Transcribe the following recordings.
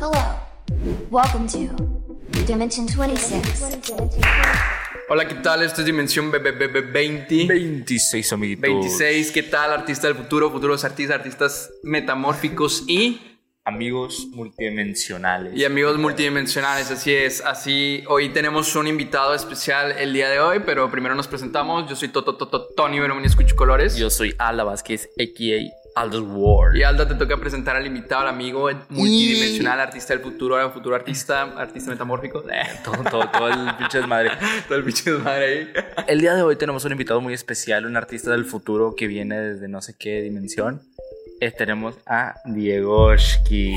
Hello. Welcome to Dimension 26. Hola, ¿qué tal? Esto es Dimensión 26, amiguitos. 26, ¿qué tal? Artista del futuro, futuros artistas, artistas metamórficos y Amigos multidimensionales. Y amigos multidimensionales, así es. Así, hoy tenemos un invitado especial el día de hoy, pero primero nos presentamos. Yo soy Tony Benomini Escucho Colores. Yo soy Alda Vázquez, a.k.a. Alda's World. Y Alda, te toca presentar al invitado, al amigo multidimensional, artista del futuro, futuro artista metamórfico. Todo el pinche desmadre. Todo el pinche desmadre ahí. El día de hoy tenemos un invitado muy especial, un artista del futuro que viene desde no sé qué dimensión. Tenemos a Diegoshki.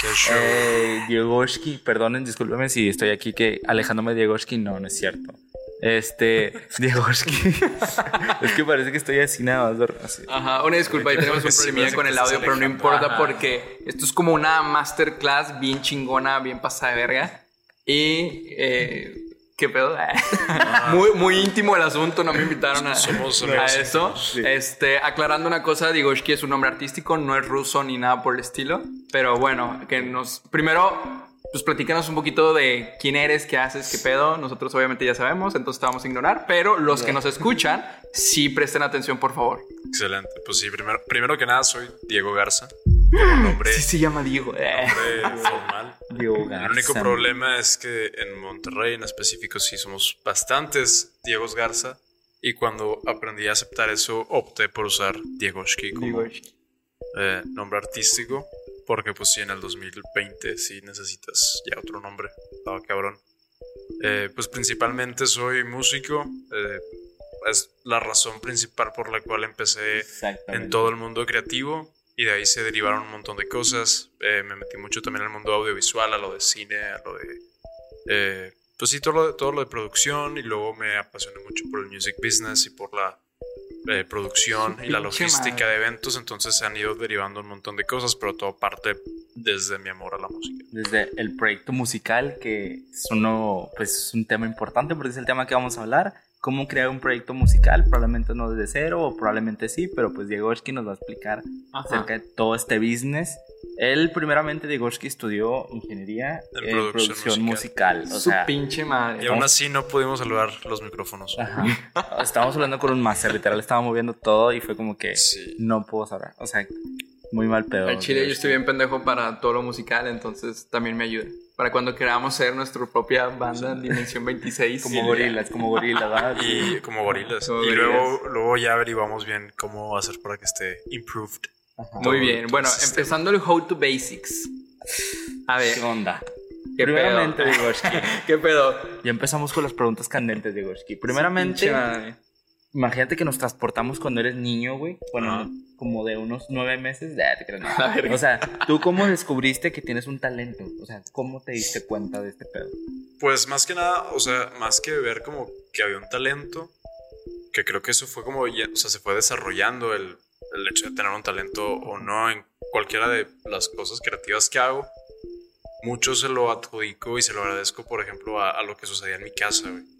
Diegoshki, perdonen, discúlpenme si estoy aquí alejándome de Diegoshki. No es cierto. Diegoshki. Es que parece que estoy así nada más. Así. Ajá, una disculpa, ahí tenemos un problemilla con el audio, pero no importa porque esto es como una masterclass bien chingona, bien pasada de verga. Y ¿qué pedo? Muy íntimo el asunto, no me invitaron a eso. Sí. Aclarando una cosa, Diegoshki es un nombre artístico, no es ruso ni nada por el estilo. Pero bueno, primero, pues platícanos un poquito de quién eres, qué haces, qué pedo. Nosotros obviamente ya sabemos, entonces te vamos a ignorar. Pero los que nos escuchan, sí presten atención, por favor. Excelente. Pues sí, primero que nada, soy Diego Garza. Nombre, sí se llama Diego. Nombre formal. Diego Garza. El único problema es que en Monterrey en específico sí somos bastantes Diegos Garza. Y cuando aprendí a aceptar eso, opté por usar Diegoshki como nombre artístico. Porque pues sí, en el 2020 sí necesitas ya otro nombre. Estaba cabrón. Pues principalmente soy músico. Es la razón principal por la cual empecé en todo el mundo creativo. Y de ahí se derivaron un montón de cosas. Me metí mucho también al mundo audiovisual, a lo de cine, a lo de... pues sí, todo lo de producción. Y luego me apasioné mucho por el music business y por la producción y la logística de eventos. Entonces se han ido derivando un montón de cosas, pero todo parte desde mi amor a la música. Desde el proyecto musical, que es es un tema importante porque es el tema que vamos a hablar. Cómo crear un proyecto musical, probablemente no desde cero o probablemente sí, pero pues Diegoshki nos va a explicar acerca de todo este business. Él primeramente, Diegoshki, estudió ingeniería en producción musical. O sea, su pinche madre. Y aún así no pudimos salvar los micrófonos. Estábamos hablando con un máster, literal, estaba moviendo todo y fue como que no puedo saber. O sea, muy mal pedo. Al chile yo estoy bien pendejo para todo lo musical, entonces también me ayuda. Para cuando queramos ser nuestra propia banda en Dimensión 26. Como gorilas, ¿verdad? Y como gorilas. Y luego ya averiguamos bien cómo hacer para que esté improved. Muy bien. Bueno, empezando el How to Basics. A ver. ¿Qué onda? Primeramente, Diegoshki. ¿Qué pedo? Ya empezamos con las preguntas candentes, Diegoshki. Primeramente, imagínate que nos transportamos cuando eres niño, güey. Bueno, como de unos 9 meses. O sea, ¿tú cómo descubriste que tienes un talento? O sea, ¿cómo te diste cuenta de este pedo? Pues más que nada, o sea, más que ver como que había un talento, que creo que eso fue como, o sea, se fue desarrollando el hecho de tener un talento o no en cualquiera de las cosas creativas que hago. Mucho se lo adjudico y se lo agradezco, por ejemplo, a lo que sucedía en mi casa, güey.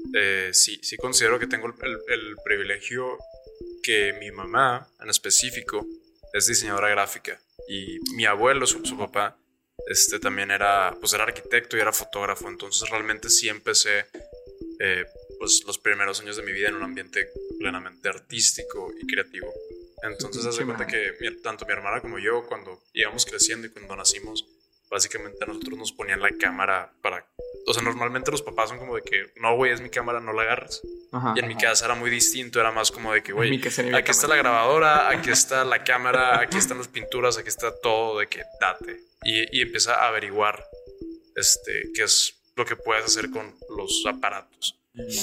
Sí considero que tengo el privilegio que mi mamá, en específico, es diseñadora gráfica. Y mi abuelo, su papá, también era arquitecto y era fotógrafo. Entonces realmente sí empecé pues los primeros años de mi vida en un ambiente plenamente artístico y creativo. Entonces haz de cuenta que tanto mi hermana como yo, cuando íbamos creciendo y cuando nacimos, básicamente a nosotros nos ponían la cámara para... O sea, normalmente los papás son como de que no, güey, es mi cámara, no la agarres. Y en mi casa era muy distinto, era más como de que, güey, aquí está la grabadora, aquí está la cámara, aquí están las pinturas, aquí está todo, de que date. Y empieza a averiguar qué es lo que puedes hacer con los aparatos.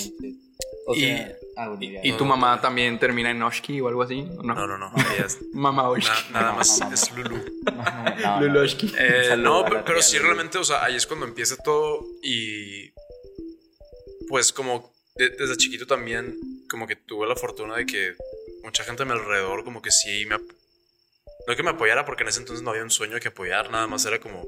O sea, ¿Y tu mamá también termina en Oshki o algo así? No. Mamá Oshki. Nada más es Lulu. Lulushki. No, pero sí realmente, o sea, ahí es cuando empieza todo. Y pues como desde chiquito también como que tuve la fortuna de que mucha gente a mi alrededor como que sí no que me apoyara, porque en ese entonces no había un sueño que apoyar, nada más era como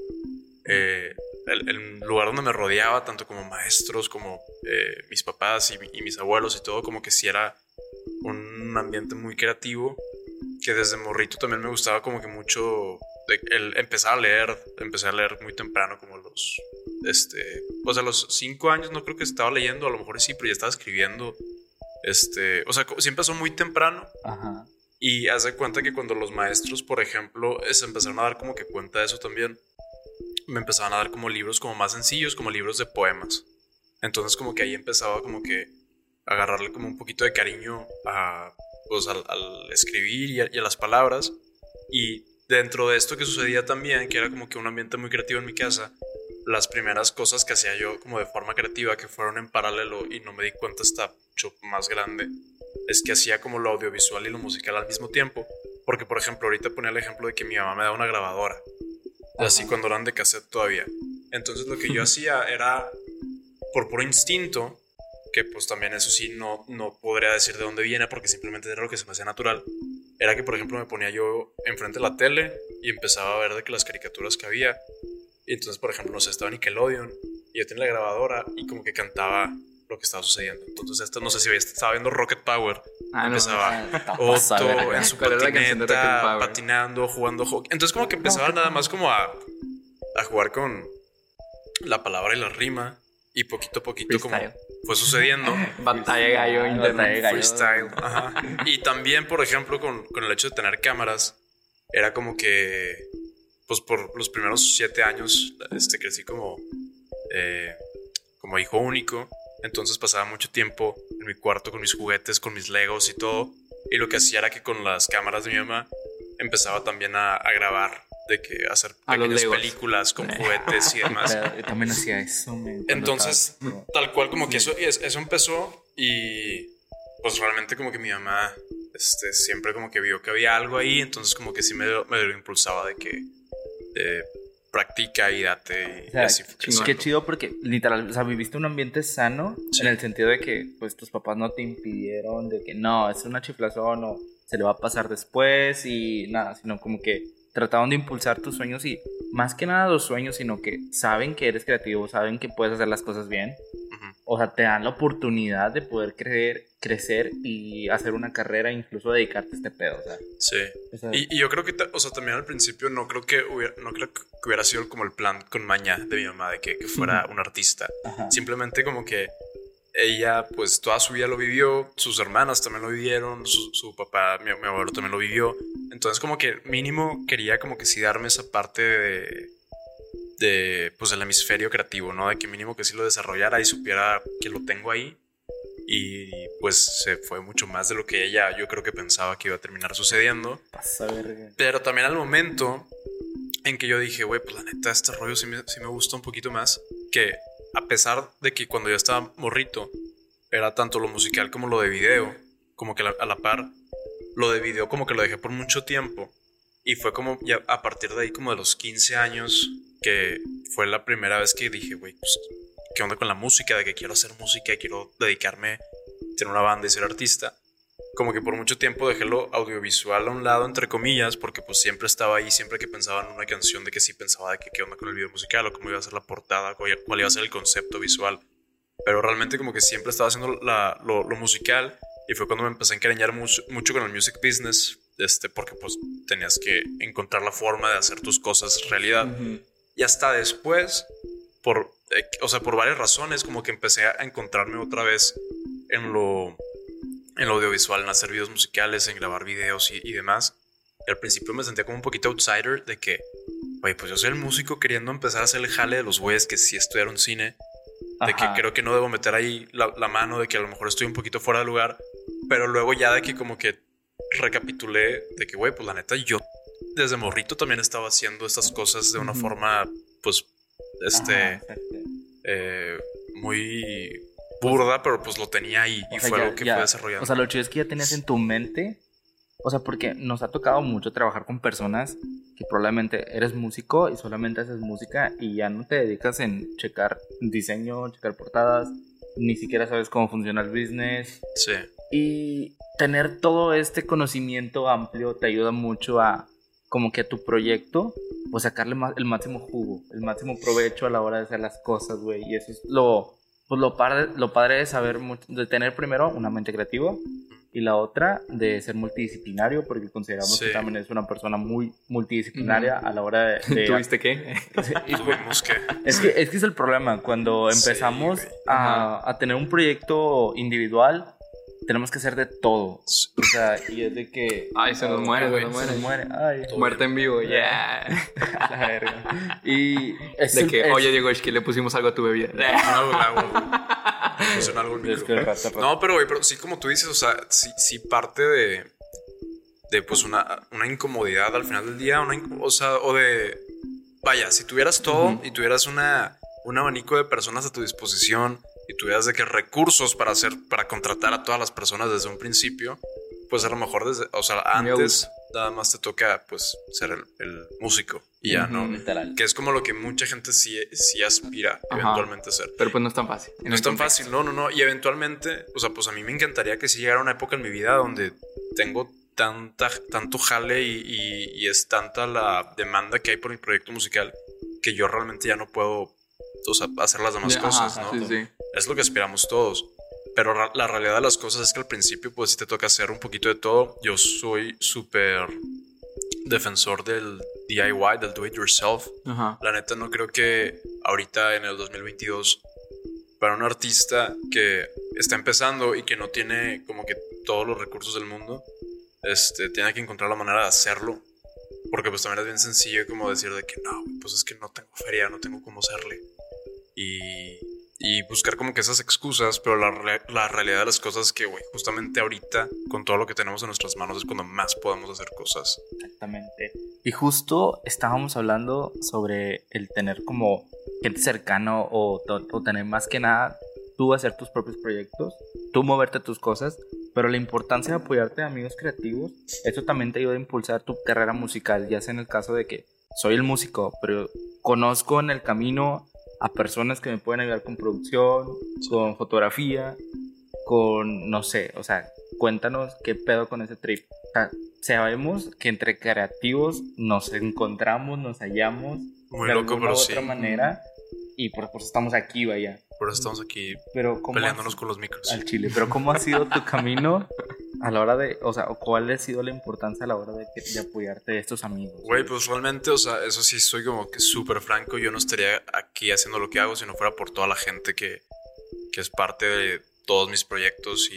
el lugar donde me rodeaba, tanto como maestros como mis papás y mis abuelos y todo, como que sí era un ambiente muy creativo, que desde morrito también me gustaba como que mucho empecé a leer muy temprano, como pues a los 5 años no creo que estaba leyendo, a lo mejor sí, pero ya estaba escribiendo. O sea, sí empezó muy temprano. Ajá. Y haz de cuenta que cuando los maestros, por ejemplo, se empezaron a dar como que cuenta de eso también, me empezaban a dar como libros como más sencillos, como libros de poemas. Entonces como que ahí empezaba como que a agarrarle como un poquito de cariño pues al escribir y a las palabras. Y dentro de esto que sucedía también, que era como que un ambiente muy creativo en mi casa, las primeras cosas que hacía yo como de forma creativa, que fueron en paralelo y no me di cuenta hasta mucho más grande, es que hacía como lo audiovisual y lo musical al mismo tiempo. Porque, por ejemplo, ahorita ponía el ejemplo de que mi mamá me da una grabadora. Así cuando eran de cassette todavía. Entonces lo que yo hacía era, por puro instinto, que pues también eso sí no podría decir de dónde viene porque simplemente era lo que se me hacía natural, era que, por ejemplo, me ponía yo enfrente de la tele y empezaba a ver de que las caricaturas que había. Y entonces, por ejemplo, no sé, estaba Nickelodeon y yo tenía la grabadora y como que cantaba lo que estaba sucediendo. Entonces no sé si estaba viendo Rocket Power. Empezaba Otto en su patineta, patinando, jugando hockey. Entonces como que empezaba nada más como a jugar con la palabra y la rima. Y poquito a poquito freestyle. Como fue sucediendo. Batalla gallo internet. Freestyle. Ajá. Y también, por ejemplo, con el hecho de tener cámaras, era como que, pues por los primeros 7 años, crecí como hijo único. Entonces pasaba mucho tiempo en mi cuarto con mis juguetes, con mis Legos y todo. Y lo que hacía era que con las cámaras de mi mamá empezaba también a grabar, de que hacer pequeñas películas con juguetes y demás. Yo también hacía eso. Entonces, tal cual como que eso empezó y pues realmente como que mi mamá siempre como que vio que había algo ahí. Entonces como que sí me lo impulsaba de que practica y date. O sea, y así qué chido porque literal, o sea, viviste un ambiente sano, sí, en el sentido de que pues tus papás no te impidieron de que no, es una chiflazón o se le va a pasar después y nada, sino como que trataron de impulsar tus sueños y más que nada los sueños, sino que saben que eres creativo, saben que puedes hacer las cosas bien. O sea, te dan la oportunidad de poder crecer y hacer una carrera, incluso dedicarte a este pedo, o sea. Sí. O sea, y yo creo que, o sea, también al principio no creo que hubiera sido como el plan con maña de mi mamá de que fuera un artista. Ajá. Simplemente como que ella, pues, toda su vida lo vivió, sus hermanas también lo vivieron, su papá, mi abuelo también lo vivió. Entonces, como que mínimo quería como que sí darme esa parte pues del hemisferio creativo, ¿no? De que mínimo que sí lo desarrollara y supiera que lo tengo ahí. Y pues se fue mucho más de lo que ella, yo creo que pensaba que iba a terminar sucediendo. Pasa verga. Pero también al momento en que yo dije, güey, pues la neta, este rollo sí me gusta un poquito más. Que a pesar de que cuando yo estaba morrito, era tanto lo musical como lo de video, como que a la par, lo de video como que lo dejé por mucho tiempo. Y fue como ya a partir de ahí, como de los 15 años, que fue la primera vez que dije, güey, pues, ¿qué onda con la música? De que quiero hacer música y quiero dedicarme a tener una banda y ser artista. Como que por mucho tiempo dejé lo audiovisual a un lado, entre comillas, porque pues siempre estaba ahí, siempre que pensaba en una canción, de que sí pensaba de que qué onda con el video musical o cómo iba a ser la portada, cuál iba a ser el concepto visual. Pero realmente como que siempre estaba haciendo lo musical y fue cuando me empecé a encariñar mucho con el music business, porque pues tenías que encontrar la forma de hacer tus cosas realidad. Uh-huh. Y hasta después, por varias razones, como que empecé a encontrarme otra vez en lo audiovisual, en hacer videos musicales, en grabar videos y demás. Y al principio me sentía como un poquito outsider de que, oye, pues yo soy el músico queriendo empezar a hacer el jale de los güeyes que sí estudiaron cine. De Ajá. que creo que no debo meter ahí la mano, de que a lo mejor estoy un poquito fuera de lugar. Pero luego ya de que como que recapitulé de que, güey, pues la neta, yo desde morrito también estaba haciendo estas cosas de una forma, pues, muy burda, pero pues lo tenía ahí y fue algo que fue desarrollando. O sea, lo chido es que ya tenías en tu mente, o sea, porque nos ha tocado mucho trabajar con personas que probablemente eres músico y solamente haces música y ya no te dedicas en checar diseño, checar portadas, ni siquiera sabes cómo funciona el business. Sí. Y tener todo este conocimiento amplio te ayuda mucho a como que a tu proyecto, pues sacarle el máximo jugo, el máximo provecho a la hora de hacer las cosas, güey. Y eso es lo padre de saber mucho, de tener primero una mente creativa y la otra de ser multidisciplinario, porque consideramos que también es una persona muy multidisciplinaria a la hora de ¿Tuviste qué? Tuvimos que... Es que es el problema, cuando empezamos a tener un proyecto individual, tenemos que hacer de todo. O sea, y es de que... Ay, se nos muere, se nos muere. Ay, muerte en vivo, ya. la verga. Y de que, oye, Diego, es que le pusimos algo a tu bebida. Pusieron algo en el micro. No, pero güey, pero sí, como tú dices, o sea, sí parte de pues una incomodidad al final del día, o sea, o de... Vaya, si tuvieras todo y tuvieras un abanico de personas a tu disposición y tuvieras de que recursos para contratar a todas las personas desde un principio, pues a lo mejor antes nada más te toca pues ser el músico y ya, ¿no? Literal. Que es como lo que mucha gente sí aspira eventualmente a ser. Pero pues no es tan fácil. No es tan fácil, no. Y eventualmente, o sea, pues a mí me encantaría que sí llegara una época en mi vida donde tengo tanto jale y es tanta la demanda que hay por mi proyecto musical que yo realmente ya no puedo, o sea, hacer las demás cosas, ¿no? Sí. Es lo que aspiramos todos. Pero la realidad de las cosas es que al principio pues sí te toca hacer un poquito de todo. Yo soy súper defensor del DIY, del do it yourself. La neta no creo que ahorita en el 2022 para un artista que está empezando y que no tiene como que todos los recursos del mundo, tiene que encontrar la manera de hacerlo. Porque pues también es bien sencillo como decir de que no, pues es que no tengo feria, no tengo cómo hacerle. Y buscar como que esas excusas, pero la realidad de las cosas es que, güey, justamente ahorita, con todo lo que tenemos en nuestras manos, es cuando más podemos hacer cosas. Exactamente. Y justo estábamos hablando sobre el tener como gente cercano o tener más que nada tú hacer tus propios proyectos, tú moverte tus cosas, pero la importancia de apoyarte de amigos creativos, eso también te ayuda a impulsar tu carrera musical, ya sea en el caso de que soy el músico, pero conozco en el camino a personas que me pueden ayudar con producción, con fotografía, con, no sé, o sea, cuéntanos qué pedo con ese trip. O sea, sabemos que entre creativos nos encontramos, nos hallamos muy de loco, alguna pero u otra manera y por eso estamos aquí, vaya. Por eso estamos aquí pero peleándonos con los micros. Al chile, pero ¿cómo ha sido tu camino a la hora de, o sea, cuál ha sido la importancia a la hora de apoyarte de estos amigos? Güey, pues realmente, o sea, eso sí, soy como que súper franco. Yo no estaría aquí haciendo lo que hago si no fuera por toda la gente que es parte de todos mis proyectos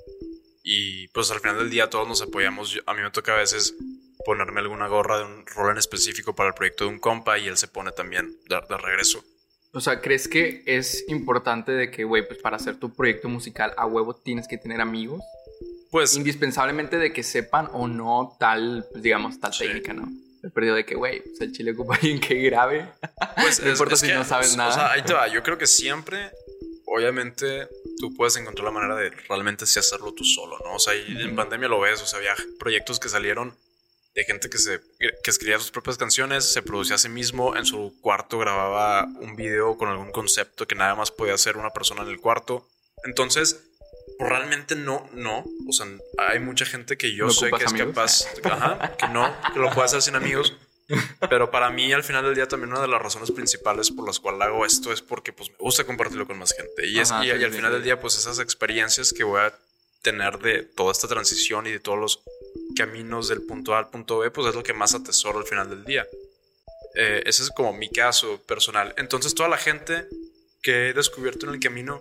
y pues al final del día todos nos apoyamos. A mí me toca a veces ponerme alguna gorra de un rol en específico para el proyecto de un compa y él se pone también de regreso. O sea, ¿crees que es importante de que, güey, pues para hacer tu proyecto musical a huevo tienes que tener amigos? Pues indispensablemente de que sepan o no tal, pues digamos, tal técnica, ¿no? El perdido de que, güey, pues el chile ocupa alguien que grabe. Pues no importa si no sabes nada. O sea, ahí te va. Yo creo que siempre, obviamente, tú puedes encontrar la manera de realmente sí hacerlo tú solo, ¿no? O sea, y en pandemia lo ves. O sea, había proyectos que salieron de gente que escribía sus propias canciones, se producía a sí mismo, en su cuarto grababa un video con algún concepto que nada más podía hacer una persona en el cuarto. Entonces, realmente no. O sea, hay mucha gente que yo sé que es capaz, que lo puede hacer sin amigos. Pero para mí, al final del día, también una de las razones principales por las cuales hago esto es porque pues me gusta compartirlo con más gente. Y al final del día, pues esas experiencias que voy a tener de toda esta transición y de todos los caminos del punto A al punto B, pues es lo que más atesoro al final del día. Ese es como mi caso personal. Entonces, toda la gente que he descubierto en el camino,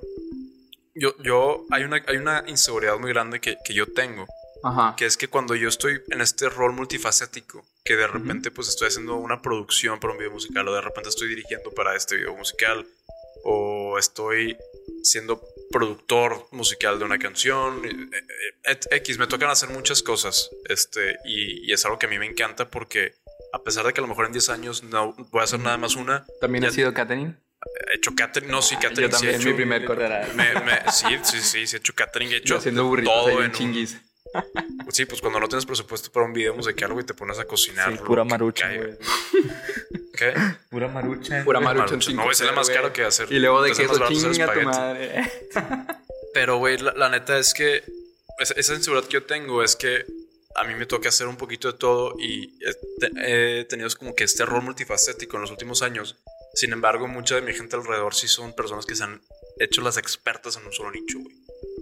hay una inseguridad muy grande que yo tengo. Que es que cuando yo estoy en este rol multifacético, que de repente pues estoy haciendo una producción para un video musical, o de repente estoy dirigiendo para este video musical, o estoy siendo productor musical de una canción, me tocan hacer muchas cosas, y es algo que a mí me encanta porque a pesar de que a lo mejor en 10 años no voy a hacer nada más una. ¿También has sido catering? He hecho catering, no, sí, catering. Yo también, sí he hecho, mi primer corte. Sí, he hecho catering, he hecho haciendo burritos todo en chinguis. Sí, pues cuando no tienes presupuesto para un video musical, güey, te pones a cocinar. Sí, pura marucha, güey. ¿Qué? Pura marucha. Pura marucha. No, güey, sale más caro que hacer. Y luego de queso, chinga tu madre. Pero, güey, la neta es que esa inseguridad que yo tengo es que a mí me toca hacer un poquito de todo y he tenido como que este rol multifacético en los últimos años. Sin embargo, mucha de mi gente alrededor sí son personas que se han hecho las expertas en un solo nicho, güey.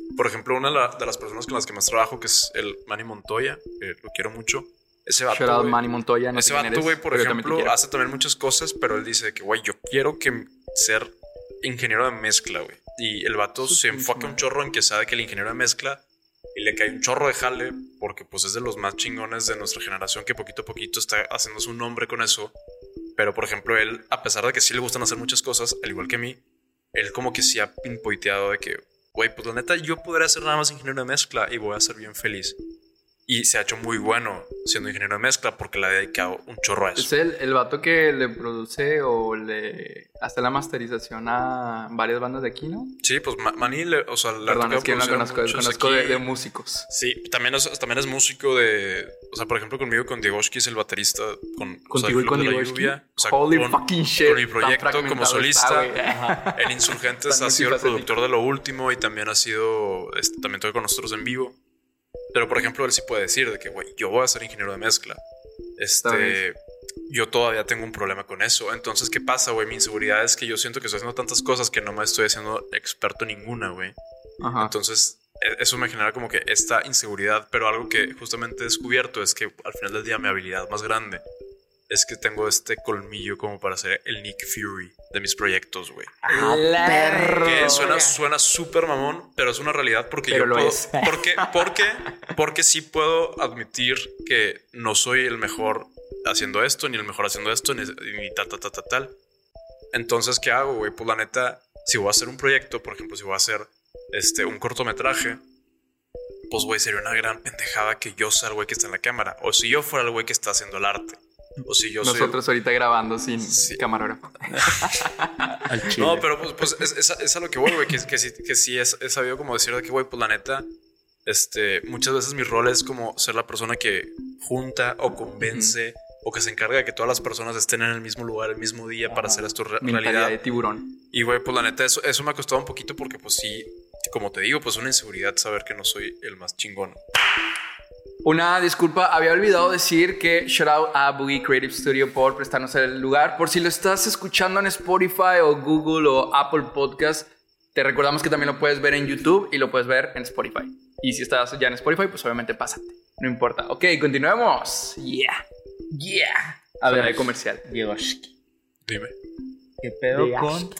por ejemplo, una de las personas con las que más trabajo, que es el Manny Montoya, que lo quiero mucho. Ese vato, Shout out güey, Manny Montoya. No ese sé quién vato, eres, güey, por pero yo también te ejemplo, quiero. hace también muchas cosas, pero él dice que, güey, yo quiero ser ingeniero de mezcla, güey. Y el vato se enfoca un chorro en que sabe que el ingeniero de mezcla y le cae un chorro de jale, porque pues es de los más chingones de nuestra generación que poquito a poquito está haciéndose un nombre con eso. Pero, por ejemplo, él, a pesar de que sí le gustan hacer muchas cosas, al igual que a mí, él como que sí ha pinpoiteado de que, güey, pues la neta, yo podría ser nada más ingeniero de mezcla y voy a ser bien feliz. Y se ha hecho muy bueno siendo ingeniero de mezcla porque le ha dedicado un chorro a eso. Es el vato que le produce o le hace la masterización a varias bandas de aquí, ¿no? Sí, pues Manny, o sea, la Perdón, es que no conozco, conozco de músicos. Sí, también es músico de... O sea, por ejemplo, conmigo, con Diegoshki, es el baterista Contigo y con Diegoshki. O sea, Holy fucking shit. Con mi proyecto Tan como fragmentado solista. está, En Insurgentes ha sido el productor de lo último y también ha sido... también toca con nosotros en vivo. Pero, por ejemplo, él sí puede decir de que, güey, yo voy a ser ingeniero de mezcla. Yo todavía tengo un problema con eso. Entonces, ¿qué pasa, güey? Mi inseguridad es que yo siento que estoy haciendo tantas cosas que no me estoy haciendo experto en ninguna, güey. Ajá. Entonces, eso me genera como que esta inseguridad. Pero algo que justamente he descubierto es que al final del día mi habilidad más grande es que tengo este colmillo como para ser el Nick Fury de mis proyectos, güey. Perro. Que suena súper mamón, pero es una realidad porque Pero yo lo puedo. es. Porque sí puedo admitir que no soy el mejor haciendo esto, ni el mejor haciendo esto, ni tal. Entonces, ¿qué hago, güey? Pues la neta, si voy a hacer un proyecto, por ejemplo, si voy a hacer un cortometraje, pues, güey, sería una gran pendejada que yo sea el güey que está en la cámara. O si yo fuera el güey que está haciendo el arte. O si yo Nosotros ahorita grabando sin camarógrafo. Al chile. No, pero pues es a lo que voy, güey. Que sí es sabido como decir de que, güey, pues la neta, muchas veces mi rol es como ser la persona que junta o convence o que se encarga de que todas las personas estén en el mismo lugar el mismo día para hacer esto Mentalidad realidad. de tiburón. Y, güey, pues la neta, eso me ha costado un poquito porque, pues sí, como te digo, pues una inseguridad saber que no soy el más chingón. Una disculpa, había olvidado decir que shout out a Boogie Creative Studio por prestarnos el lugar. Por si lo estás escuchando en Spotify o Google o Apple Podcast, te recordamos que también lo puedes ver en YouTube y lo puedes ver en Spotify. Y si estás ya en Spotify, pues obviamente pásate. No importa. Ok, continuemos. Yeah. A Suena ver, de comercial. Diegoshki. Dime. ¿Qué pedo Digas. con...?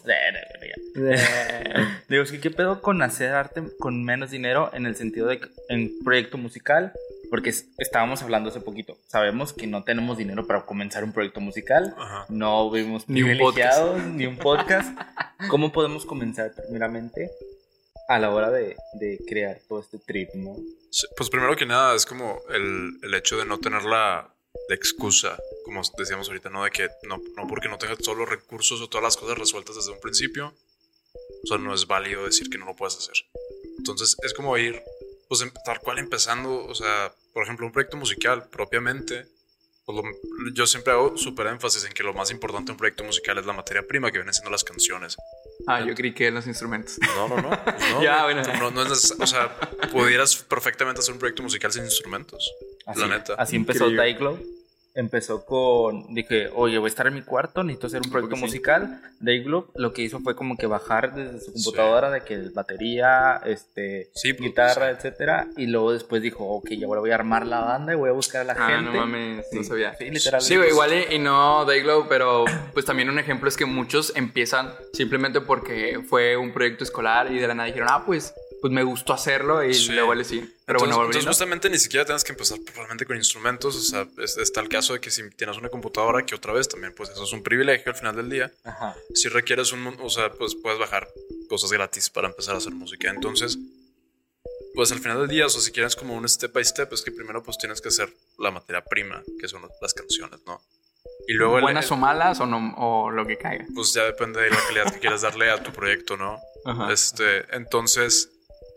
Diegoshki, ¿qué pedo con hacer arte con menos dinero en el sentido de que en un proyecto musical? Porque estábamos hablando hace poquito. Sabemos que no tenemos dinero para comenzar un proyecto musical. Ajá. No vivimos Ni un privilegiados, ni un podcast. ¿Cómo podemos comenzar primeramente a la hora de crear todo este trip, no? Sí, pues primero que nada es como el hecho de no tener la excusa, como decíamos ahorita, ¿no? De que no porque no tengas todos los recursos o todas las cosas resueltas desde un principio, o sea, no es válido decir que no lo puedes hacer. Entonces es como ir, pues tal cual empezando, o sea, por ejemplo, un proyecto musical propiamente, pues yo siempre hago súper énfasis en que lo más importante de un proyecto musical es la materia prima, que vienen siendo las canciones. Ah, yo creí que en los instrumentos. No. Pues no, Ya, güey. bueno. No es o sea, pudieras perfectamente hacer un proyecto musical sin instrumentos. Así, La neta. así empezó Increíble. Dayglow. Empezó con... Dije, oye, voy a estar en mi cuarto, necesito hacer un proyecto Sí. musical. Dayglow lo que hizo fue como que bajar desde su computadora de que batería, Sí, pues, guitarra, sí. etcétera. Y luego después dijo, ok, ya ahora voy a armar la banda y voy a buscar a la Ah, gente. no mames, no Sí. sabía. Sí, literal. Sí, güey, igual y no Dayglow, pero pues también un ejemplo es que muchos empiezan simplemente porque fue un proyecto escolar y de la nada dijeron, pues me gustó hacerlo y Sí. luego le sí. Pero Entonces, bueno, entonces volviendo. justamente ni siquiera tienes que empezar probablemente con instrumentos. O sea, está el caso de que si tienes una computadora, que otra vez también, pues eso es un privilegio al final del día. Ajá. Si requieres o sea, pues puedes bajar cosas gratis para empezar a hacer música. Entonces, pues al final del día, o sea, si quieres como un step by step, es que primero pues tienes que hacer la materia prima, que son las canciones, ¿no? Y luego Buenas o malas o no, o lo que caiga. pues ya depende de la calidad que quieras darle a tu proyecto, ¿no? Ajá. Entonces,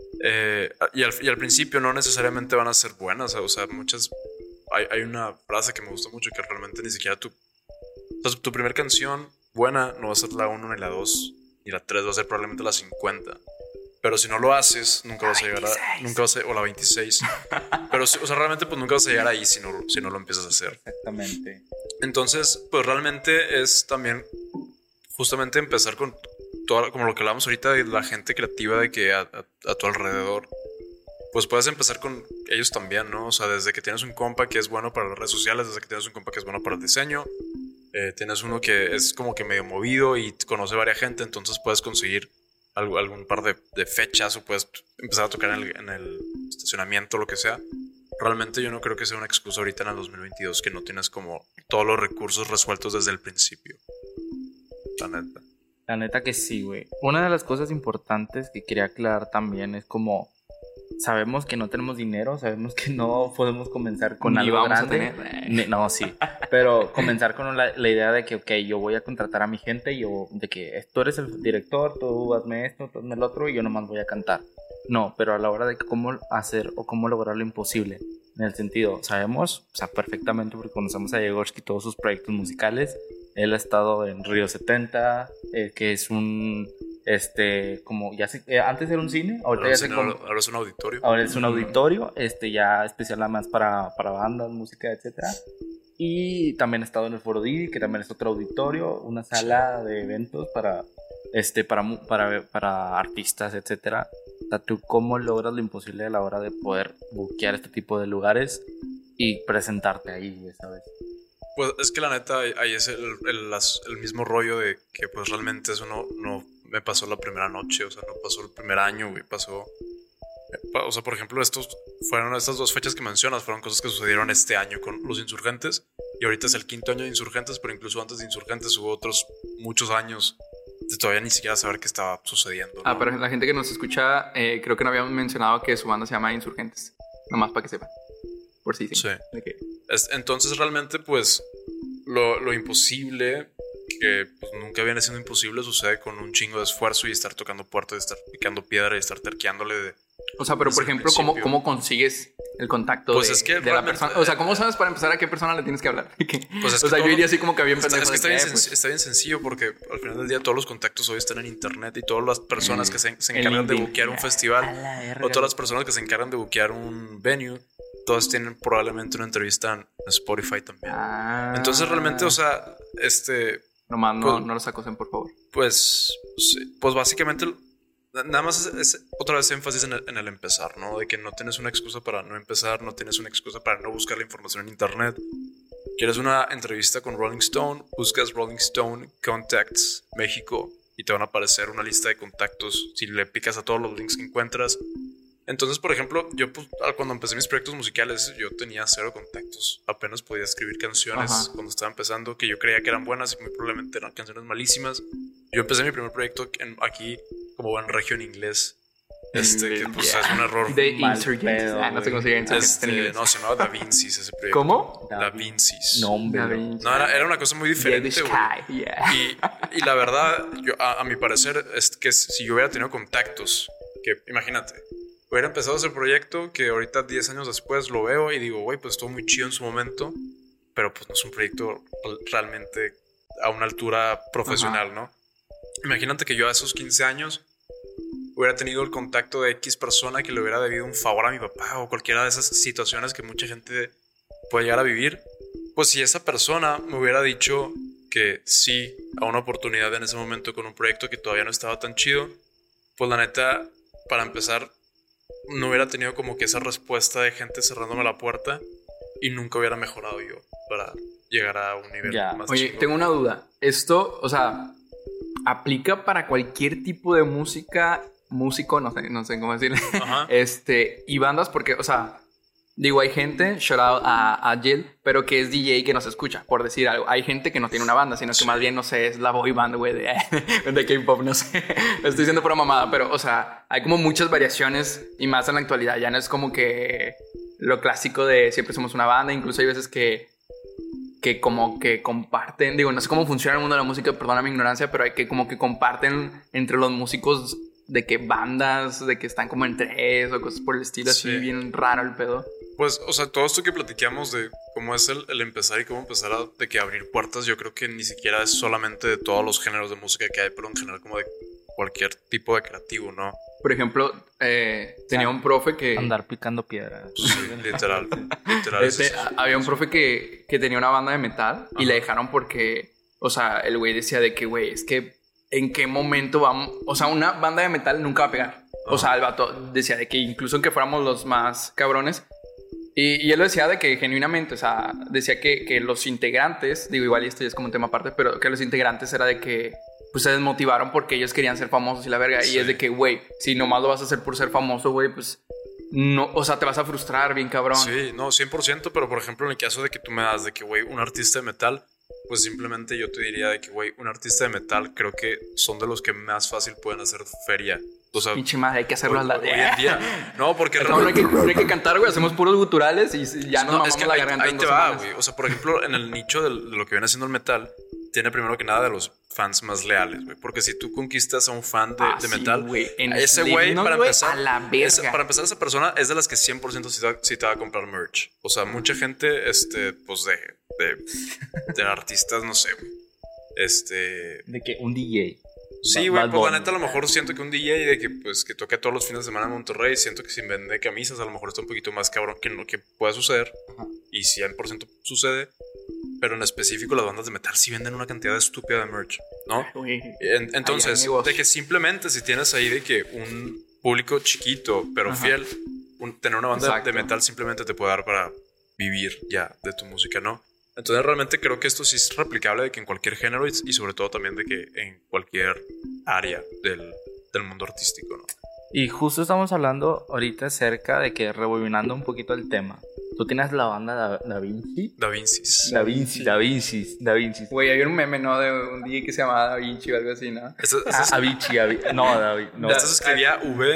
y al principio no necesariamente van a ser buenas, o sea, hay una frase que me gusta mucho, que realmente ni siquiera tu primer canción buena no va a ser la 1 ni la 2 ni la 3, va a ser probablemente la 50. Pero si no lo haces, nunca vas a llegar o la 26. Pero, o sea, realmente pues nunca vas a llegar ahí si no lo empiezas a hacer. Exactamente. Entonces, pues realmente es también justamente empezar con como lo que hablamos ahorita de la gente creativa de que a tu alrededor, pues puedes empezar con ellos también, ¿no? O sea, desde que tienes un compa que es bueno para las redes sociales, desde que tienes un compa que es bueno para el diseño, tienes uno que es como que medio movido y conoce varias gente, entonces puedes conseguir algún par de fechas o puedes empezar a tocar en el estacionamiento, lo que sea. Realmente yo no creo que sea una excusa ahorita en el 2022 que no tienes como todos los recursos resueltos desde el principio. La neta. La neta que sí, güey. Una de las cosas importantes que quería aclarar también es como sabemos que no tenemos dinero, sabemos que no podemos comenzar con Ni algo vamos a grande. tener. No, sí. Pero comenzar con la idea de que, ok, yo voy a contratar a mi gente, de que tú eres el director, tú hazme esto, tú hazme el otro y yo nomás voy a cantar. No, pero a la hora de cómo hacer o cómo lograr lo imposible. En el sentido, sabemos, o sea, perfectamente porque conocemos a Yegorski y todos sus proyectos musicales. Él ha estado en Río 70, que es un, como, ya sé, antes era un cine, ahorita ya sé como... Ahora es un auditorio. Ahora es un auditorio, ya especial nada más para bandas, música, etcétera. Y también ha estado en el Foro Didi, que también es otro auditorio, una sala de eventos para artistas, etcétera. O sea, ¿tú cómo logras lo imposible a la hora de poder buquear este tipo de lugares y presentarte ahí, ¿sabes? Pues es que la neta ahí es el mismo rollo de que pues realmente eso no me pasó la primera noche, o sea, no pasó el primer año, güey, pasó... O sea, por ejemplo, estas dos fechas que mencionas fueron cosas que sucedieron este año con los Insurgentes y ahorita es el 5º año de Insurgentes, pero incluso antes de Insurgentes hubo otros muchos años de todavía ni siquiera saber qué estaba sucediendo, ¿no? Pero la gente que nos escucha, creo que no habíamos mencionado que su banda se llama Insurgentes, nomás para que sepan, por si sí. Entonces realmente pues lo imposible, que pues, nunca viene siendo imposible, sucede con un chingo de esfuerzo y estar tocando puertas, y estar picando piedra y estar terqueándole O sea, pero por ejemplo, ¿cómo consigues el contacto pues de la persona? O sea, ¿cómo sabes para empezar a qué persona le tienes que hablar? Pues es o sea, que yo iría así como que bien pendejo. pendejo. Está bien sencillo porque al final del día todos los contactos hoy están en internet y todas las personas que se encargan de buquear un festival o todas las personas que se encargan de buquear un venue, todas tienen probablemente una entrevista en Spotify también. Entonces realmente, o sea, Nomás pues, no los acosen, por favor. Pues básicamente nada más es otra vez énfasis en el empezar, ¿no? De que no tienes una excusa para no empezar, no tienes una excusa para no buscar la información en internet. ¿Quieres una entrevista con Rolling Stone? Buscas Rolling Stone Contacts México y te van a aparecer una lista de contactos si le picas a todos los links que encuentras. Entonces, por ejemplo, yo pues, cuando empecé mis proyectos musicales, yo tenía 0 contactos. Apenas podía escribir canciones cuando estaba empezando, que yo creía que eran buenas y muy probablemente eran canciones malísimas. Yo empecé mi primer proyecto aquí como buen regio en inglés. Que pues es un error. De Insurgentes. No sé cómo se llama Insurgentes en inglés. No, se llamaba Da Vinci's ese proyecto. ¿Cómo? Da Vinci's. No, hombre. No, era una cosa muy diferente, güey. Y la verdad, a mi parecer, es que si yo hubiera tenido contactos, que imagínate, hubiera empezado ese proyecto que ahorita 10 años después lo veo y digo, güey, pues estuvo muy chido en su momento, pero pues no es un proyecto realmente a una altura profesional, ¿no? Imagínate que yo a esos 15 años hubiera tenido el contacto de X persona que le hubiera debido un favor a mi papá o cualquiera de esas situaciones que mucha gente puede llegar a vivir. Pues si esa persona me hubiera dicho que sí a una oportunidad en ese momento con un proyecto que todavía no estaba tan chido, pues la neta, para empezar, no hubiera tenido como que esa respuesta de gente cerrándome la puerta y nunca hubiera mejorado yo para llegar a un nivel más Oye, chido. tengo una duda. Esto, o sea, ¿aplica para cualquier tipo de músico, no sé cómo decirle, y bandas? Porque, o sea, digo, hay gente, shout out a Jill, pero que es DJ que nos escucha, por decir algo. Hay gente que no tiene una banda, sino que más bien, no sé, es la boy band, güey, de K-pop, no sé. Estoy diciendo pura mamada, pero, o sea, hay como muchas variaciones y más en la actualidad. Ya no es como que lo clásico de siempre somos una banda. Incluso hay veces que como que comparten, digo, no sé cómo funciona el mundo de la música, perdona mi ignorancia, pero hay que como que comparten entre los músicos de que bandas, de que están como en 3 o cosas por el estilo, así bien raro el pedo. Pues, o sea, todo esto que platicamos de cómo es el empezar y cómo empezar de que abrir puertas, yo creo que ni siquiera es solamente de todos los géneros de música que hay, pero en general como de cualquier tipo de creativo, ¿no? Por ejemplo, tenía un profe que... Andar picando piedra. Pues sí, literal. Había un profe que tenía una banda de metal y le dejaron porque, o sea, el güey decía de que, güey, es que en qué momento vamos. O sea, una banda de metal nunca va a pegar. O sea, el vato decía de que incluso aunque fuéramos los más cabrones. Y él lo decía de que genuinamente, o sea, decía que los integrantes, digo, igual y esto ya es como un tema aparte, pero que los integrantes era de que pues se desmotivaron porque ellos querían ser famosos y la verga. Sí. Y es de que, güey, si nomás lo vas a hacer por ser famoso, güey, pues no, o sea, te vas a frustrar bien cabrón. Sí, no, 100%, pero por ejemplo, en el caso de que tú me das de que, güey, un artista de metal, pues simplemente yo te diría de que, güey, un artista de metal creo que son de los que más fácil pueden hacer feria. O sea, pinche madre, hay que hacerlo a la hoy en día. No, porque no hay que cantar, güey. Hacemos puros guturales y ya nos mamamos la garganta. Ahí te va, güey. O sea, por ejemplo, en el nicho de lo que viene haciendo el metal, tiene primero que nada de los fans más leales, güey. Porque si tú conquistas a un fan de metal, ese güey, para empezar, a la verga. Para empezar, esa persona es de las que 100% sí te va a comprar merch. O sea, mucha gente, pues de artistas, no sé, güey. De que un DJ. Sí, güey, pues la neta a lo mejor siento que un DJ de que pues que toque todos los fines de semana en Monterrey, siento que si vende camisas a lo mejor está un poquito más cabrón que lo que pueda suceder. Ajá. Y 100% sucede, pero en específico las bandas de metal sí venden una cantidad estúpida de merch, ¿no? Entonces, de que simplemente si tienes ahí de que un público chiquito pero fiel, tener una banda de metal simplemente te puede dar para vivir ya de tu música, ¿no? Entonces realmente creo que esto sí es replicable de que en cualquier género y sobre todo también de que en cualquier área del mundo artístico, ¿no? Y justo estamos hablando ahorita acerca de que, rebobinando un poquito el tema, tú tienes la banda Da Vinci. Da Vinci. Güey, había un meme, ¿no? De un DJ que se llamaba Da Vinci o algo así, ¿no? Avicii. No, David. No. Esto se escribía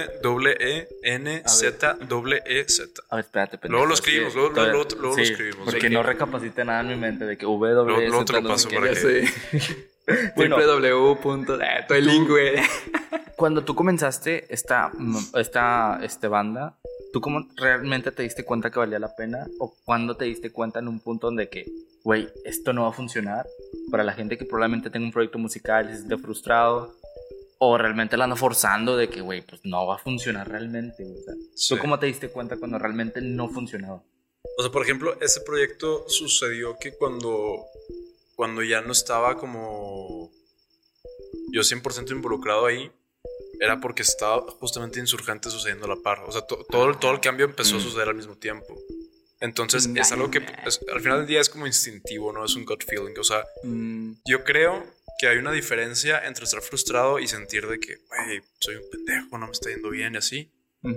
V-E-N-Z-E-Z. A ver, espérate. Luego lo escribimos, luego lo escribimos. Porque no recapacité nada en mi mente de que W-E-Z. Luego te lo paso para que... Bueno, www. Todo el link, güey. Cuando tú comenzaste esta banda, ¿tú cómo realmente te diste cuenta que valía la pena? ¿O cuándo te diste cuenta en un punto donde que, güey, esto no va a funcionar? Para la gente que probablemente tenga un proyecto musical y se siente frustrado, o realmente la anda forzando de que, güey, pues no va a funcionar realmente. O sea, sí. ¿Tú cómo te diste cuenta cuando realmente no funcionaba? O sea, por ejemplo, ese proyecto sucedió que cuando ya no estaba como yo 100% involucrado ahí, era porque estaba justamente Insurgente sucediendo a la par. O sea, todo el cambio empezó a suceder al mismo tiempo. Entonces es algo que al final del día es como instintivo, no es un gut feeling. O sea, yo creo que hay una diferencia entre estar frustrado y sentir de que, güey, soy un pendejo, no me está yendo bien y así.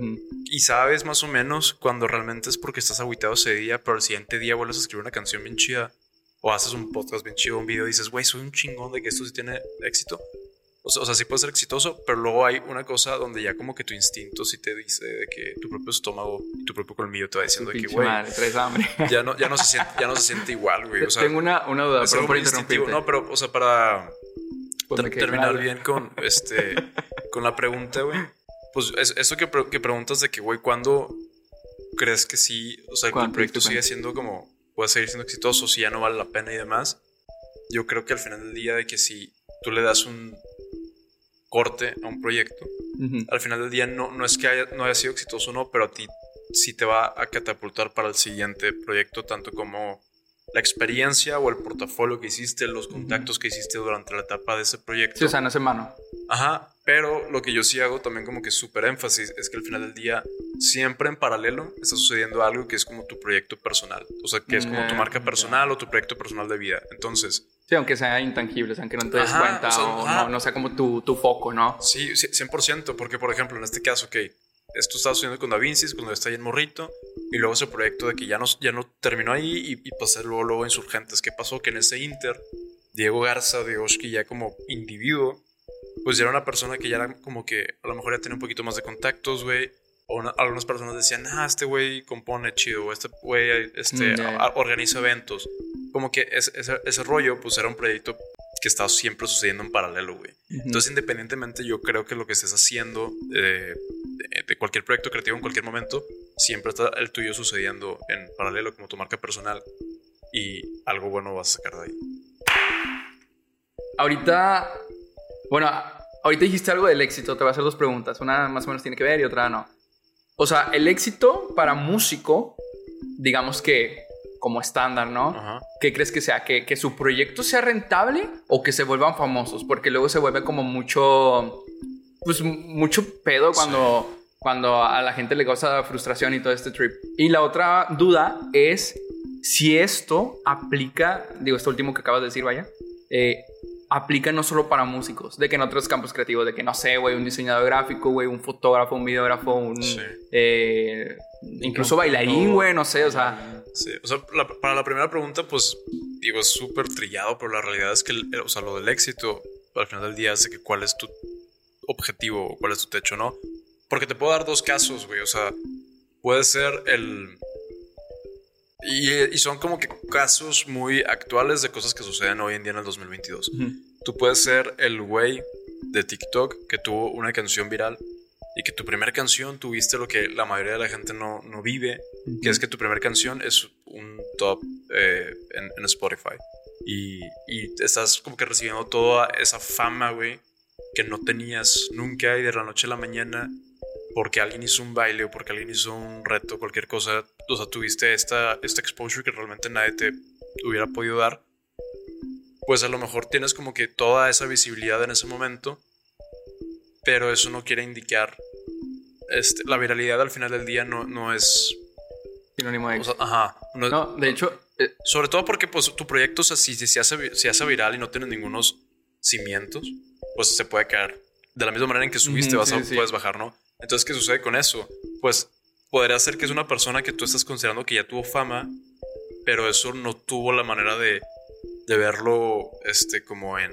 Y sabes más o menos cuando realmente es porque estás agüitado ese día, pero al siguiente día vuelves a escribir una canción bien chida o haces un podcast bien chido, un video y dices, güey, soy un chingón de que esto sí tiene éxito. O sea, sí puede ser exitoso, pero luego hay una cosa donde ya como que tu instinto sí te dice de que tu propio estómago y tu propio colmillo te va diciendo de que, güey, traes hambre. ya no se siente igual, güey. O sea, tengo una duda, pero por instintivo. No, pero, o sea, para terminar bien con la pregunta, güey. Pues eso que preguntas de que, güey, ¿cuándo crees que sí? O sea, que el proyecto sigue siendo como, puede seguir siendo exitoso, si ya no vale la pena y demás. Yo creo que al final del día de que si tú le das un corte a un proyecto, al final del día no es que no haya sido exitoso o no, pero a ti sí te va a catapultar para el siguiente proyecto, tanto como la experiencia o el portafolio que hiciste, los contactos que hiciste durante la etapa de ese proyecto. Sí, o sea, no es en mano. Ajá, pero lo que yo sí hago también como que súper énfasis es que al final del día siempre en paralelo está sucediendo algo que es como tu proyecto personal, o sea, que es como tu marca personal o tu proyecto personal de vida. Entonces, sí, aunque sea intangible, aunque no te des cuenta, o sea, no sea como tu foco, ¿no? Sí, 100%, porque por ejemplo en este caso, esto estaba sucediendo con Da Vinci cuando está ahí en Morrito, y luego ese proyecto de que ya no terminó ahí y pasé luego Insurgentes. ¿Qué pasó? Que en ese inter, Diego Garza de Oshki ya como individuo, pues ya era una persona que ya era como que a lo mejor ya tenía un poquito más de contactos, güey. O algunas personas decían, este güey compone chido, o este güey organiza eventos. Como que ese rollo, pues era un proyecto que estaba siempre sucediendo en paralelo, güey. Entonces, independientemente, yo creo que lo que estés haciendo de cualquier proyecto creativo en cualquier momento, siempre está el tuyo sucediendo en paralelo como tu marca personal y algo bueno vas a sacar de ahí. Ahorita dijiste algo del éxito, te voy a hacer dos preguntas. Una más o menos tiene que ver y otra no. O sea, el éxito para músico, digamos que como estándar, ¿no? Ajá. ¿Qué crees que sea? ¿Que su proyecto sea rentable o que se vuelvan famosos? Porque luego se vuelve como mucho, pues mucho pedo cuando a la gente le causa frustración y todo este trip. Y la otra duda es si esto aplica, digo, esto último que acabas de decir, vaya, aplica no solo para músicos, de que en otros campos creativos, de que no sé, güey, un diseñador gráfico, güey, un fotógrafo, un videógrafo, Sí. Incluso bailarín, güey, no sé, o sea. Sí, o sea, para la primera pregunta, pues, digo, es súper trillado, pero la realidad es que, o sea, lo del éxito, al final del día, es de que cuál es tu objetivo, cuál es tu techo, ¿no? Porque te puedo dar dos casos, güey, o sea, puede ser y son como que casos muy actuales de cosas que suceden hoy en día en el 2022. Tú puedes ser el güey de TikTok que tuvo una canción viral y que tu primera canción tuviste lo que la mayoría de la gente no vive, que es que tu primera canción es un top en Spotify. Y estás como que recibiendo toda esa fama, güey, que no tenías nunca y de la noche a la mañana porque alguien hizo un baile o porque alguien hizo un reto, cualquier cosa. O sea, tuviste esta exposure que realmente nadie te hubiera podido dar. Pues a lo mejor tienes como que toda esa visibilidad en ese momento, pero eso no quiere indicar la viralidad al final del día no es Sinónimo de o sea, éxito. ajá, No, de hecho, sobre todo porque pues tu proyecto, o sea, si se hace viral y no tiene ningunos cimientos, pues se puede caer. De la misma manera en que subiste, sí. puedes bajar, ¿no? Entonces, ¿qué sucede con eso? Pues podría ser que es una persona que tú estás considerando que ya tuvo fama, pero eso no tuvo la manera de verlo como en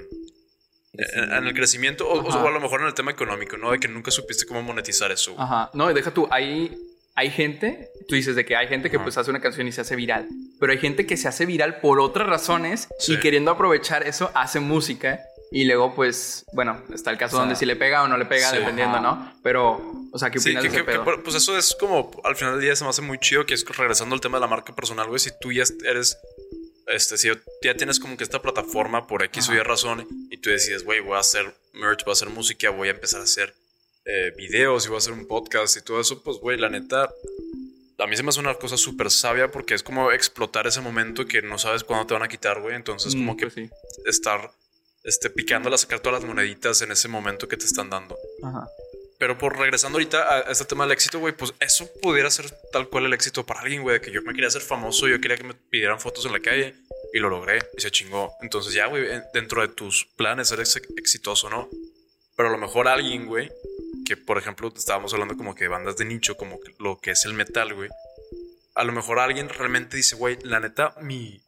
el crecimiento o a lo mejor en el tema económico, ¿no? De que nunca supiste cómo monetizar eso. Ajá. No, y deja tú, hay gente, tú dices de que hay gente que pues hace una canción y se hace viral, pero hay gente que se hace viral por otras razones y queriendo aprovechar eso hace música y luego pues, bueno, está el caso donde si le pega o no le pega, dependiendo, ¿no? Pero, o sea, ¿qué opinas de ese pedo? Pues eso es como, al final del día se me hace muy chido, que es regresando al tema de la marca personal, güey, si tú ya eres... si ya tienes como que esta plataforma por X o Y razón y tú decides, güey, voy a hacer merch, voy a hacer música, voy a empezar a hacer videos y voy a hacer un podcast y todo eso, pues, güey, la neta, a mí se me hace una cosa súper sabia porque es como explotar ese momento que no sabes cuándo te van a quitar, güey. Entonces, como que pues estar picándola, sacar todas las moneditas en ese momento que te están dando. Ajá. Pero por regresando ahorita a este tema del éxito, güey, pues eso pudiera ser tal cual el éxito para alguien, güey, de que yo me quería hacer famoso, yo quería que me pidieran fotos en la calle y lo logré y se chingó. Entonces ya, güey, dentro de tus planes eres exitoso, ¿no? Pero a lo mejor alguien, güey, que por ejemplo estábamos hablando como que bandas de nicho, como lo que es el metal, güey. A lo mejor alguien realmente dice, güey, la neta, mi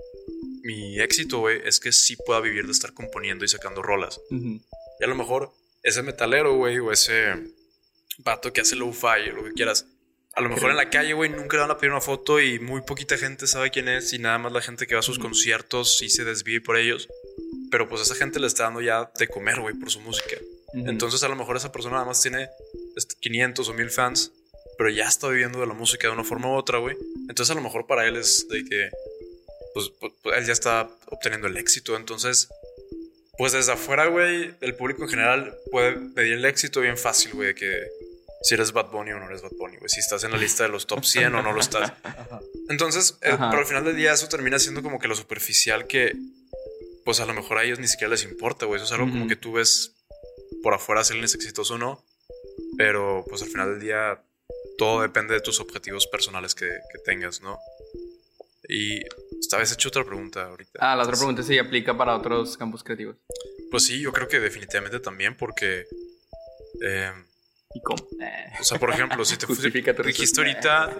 éxito, güey, es que sí pueda vivir de estar componiendo y sacando rolas. Y a lo mejor ese metalero, güey, o ese vato que hace lo-fi o lo que quieras, a lo mejor en la calle, güey, nunca le van a pedir una foto y muy poquita gente sabe quién es y nada más la gente que va a sus conciertos y se desvíe por ellos. Pero pues esa gente le está dando ya de comer, güey, por su música. Entonces a lo mejor esa persona nada más tiene 500 o 1000 fans, pero ya está viviendo de la música de una forma u otra, güey. Entonces a lo mejor para él es de que pues él ya está obteniendo el éxito. Entonces, pues desde afuera, güey, el público en general puede medir el éxito bien fácil, güey, de que si eres Bad Bunny o no eres Bad Bunny, güey, si estás en la lista de los top 100 o no lo estás. Entonces, pero al final del día eso termina siendo como que lo superficial que pues a lo mejor a ellos ni siquiera les importa, güey. Eso es algo como que tú ves por afuera si alguien es exitoso o no, pero pues al final del día todo depende de tus objetivos personales que tengas, ¿no? Y esta vez he hecho otra pregunta ahorita. La otra pregunta sí aplica para otros campos creativos. Pues sí, yo creo que definitivamente también porque ¿Y cómo? o sea, por ejemplo, si te dijiste ahorita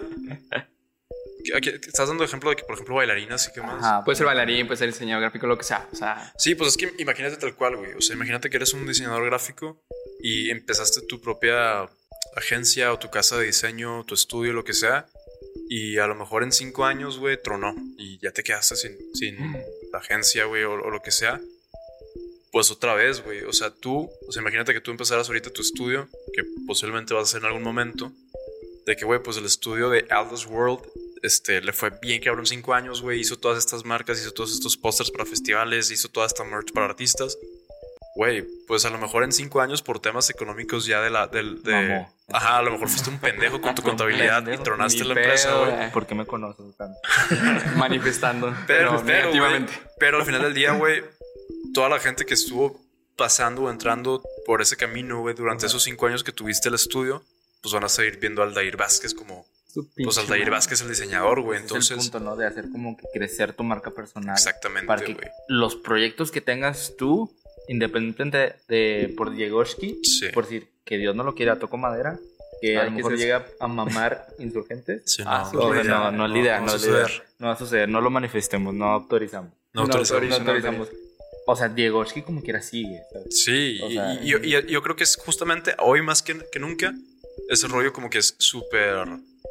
estás dando ejemplo de que, por ejemplo, bailarinas y qué más. Ajá, puede ser bailarín, puede ser diseñador gráfico, lo que sea. O sea, sí, pues es que imagínate tal cual, güey. O sea, imagínate que eres un diseñador gráfico y empezaste tu propia agencia o tu casa de diseño, tu estudio, lo que sea. Y a lo mejor en 5 años, güey, tronó. Y ya te quedaste sin la agencia, güey, o lo que sea. Pues otra vez, güey. O sea, imagínate que tú empezaras ahorita tu estudio, que posiblemente vas a hacer en algún momento. De que, güey, pues el estudio de Aldous World le fue bien cabrón 5 años, güey. Hizo todas estas marcas, hizo todos estos pósters para festivales, hizo toda esta merch para artistas. güey, pues a lo mejor en 5 años por temas económicos ya Mamó. Ajá, a lo mejor fuiste un pendejo con tu contabilidad y pendejo, tronaste ni la empresa, pedo, güey. ¿Por qué me conoces tanto? Manifestando. Pero, negativamente. güey, pero al final del día, güey, toda la gente que estuvo pasando o entrando por ese camino, güey, durante esos 5 años que tuviste el estudio, pues van a seguir viendo a Aldair Vázquez como... Pues Aldair Vázquez el diseñador, güey. Entonces... Es el punto, ¿no? De hacer como que crecer tu marca personal. Exactamente, Para que güey. los proyectos que tengas tú, independientemente de por Diegoshki, Sí. por decir que Dios no lo quiera, toco madera, que a Ay, lo ¿qué mejor es eso? llega a mamar insurgentes. Sí, Ah, sí, O sea, la idea. no es la idea, No no va a es la idea. suceder. No va a suceder, no lo manifestemos, no autorizamos. No autorizamos. No autorizamos. O sea, Diegoshki como quiera sigue, ¿sabes? Sí, O sea, y yo creo que es justamente hoy más que nunca ese rollo como que es súper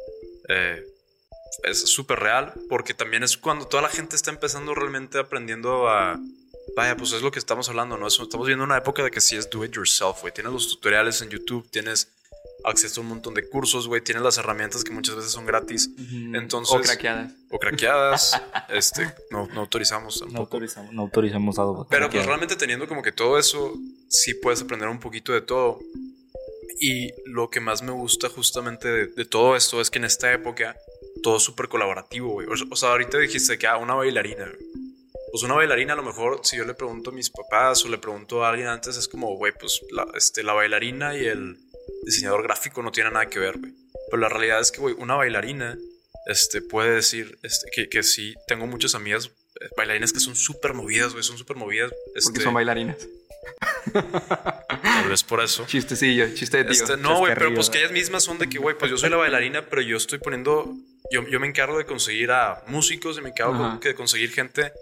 real, porque también es cuando toda la gente está empezando realmente aprendiendo a... Vaya, pues es lo que estamos hablando, ¿no? Estamos viendo una época de que sí es do it yourself, güey. Tienes los tutoriales en YouTube, tienes acceso a un montón de cursos, güey. Tienes las herramientas que muchas veces son gratis. Entonces... O craqueadas. O craqueadas. No autorizamos tampoco. No autorizamos algo. Pero pues realmente teniendo como que todo eso, sí puedes aprender un poquito de todo. Y lo que más me gusta justamente de todo esto es que en esta época todo es súper colaborativo, güey. O sea, ahorita dijiste que una bailarina, güey. Pues una bailarina a lo mejor, si yo le pregunto a mis papás o le pregunto a alguien antes, es como, güey, pues la bailarina y el diseñador gráfico no tienen nada que ver, güey. Pero la realidad es que, güey, una bailarina puede decir que sí, tengo muchas amigas bailarinas que son súper movidas, güey, son súper movidas. Porque son bailarinas. Tal vez por eso. Chistecillo, chiste de tío. No, güey, pero Chascarrillo. pues que ellas mismas son de que, güey, pues yo soy la bailarina, pero yo estoy poniendo... Yo me encargo de conseguir a músicos y me encargo de conseguir gente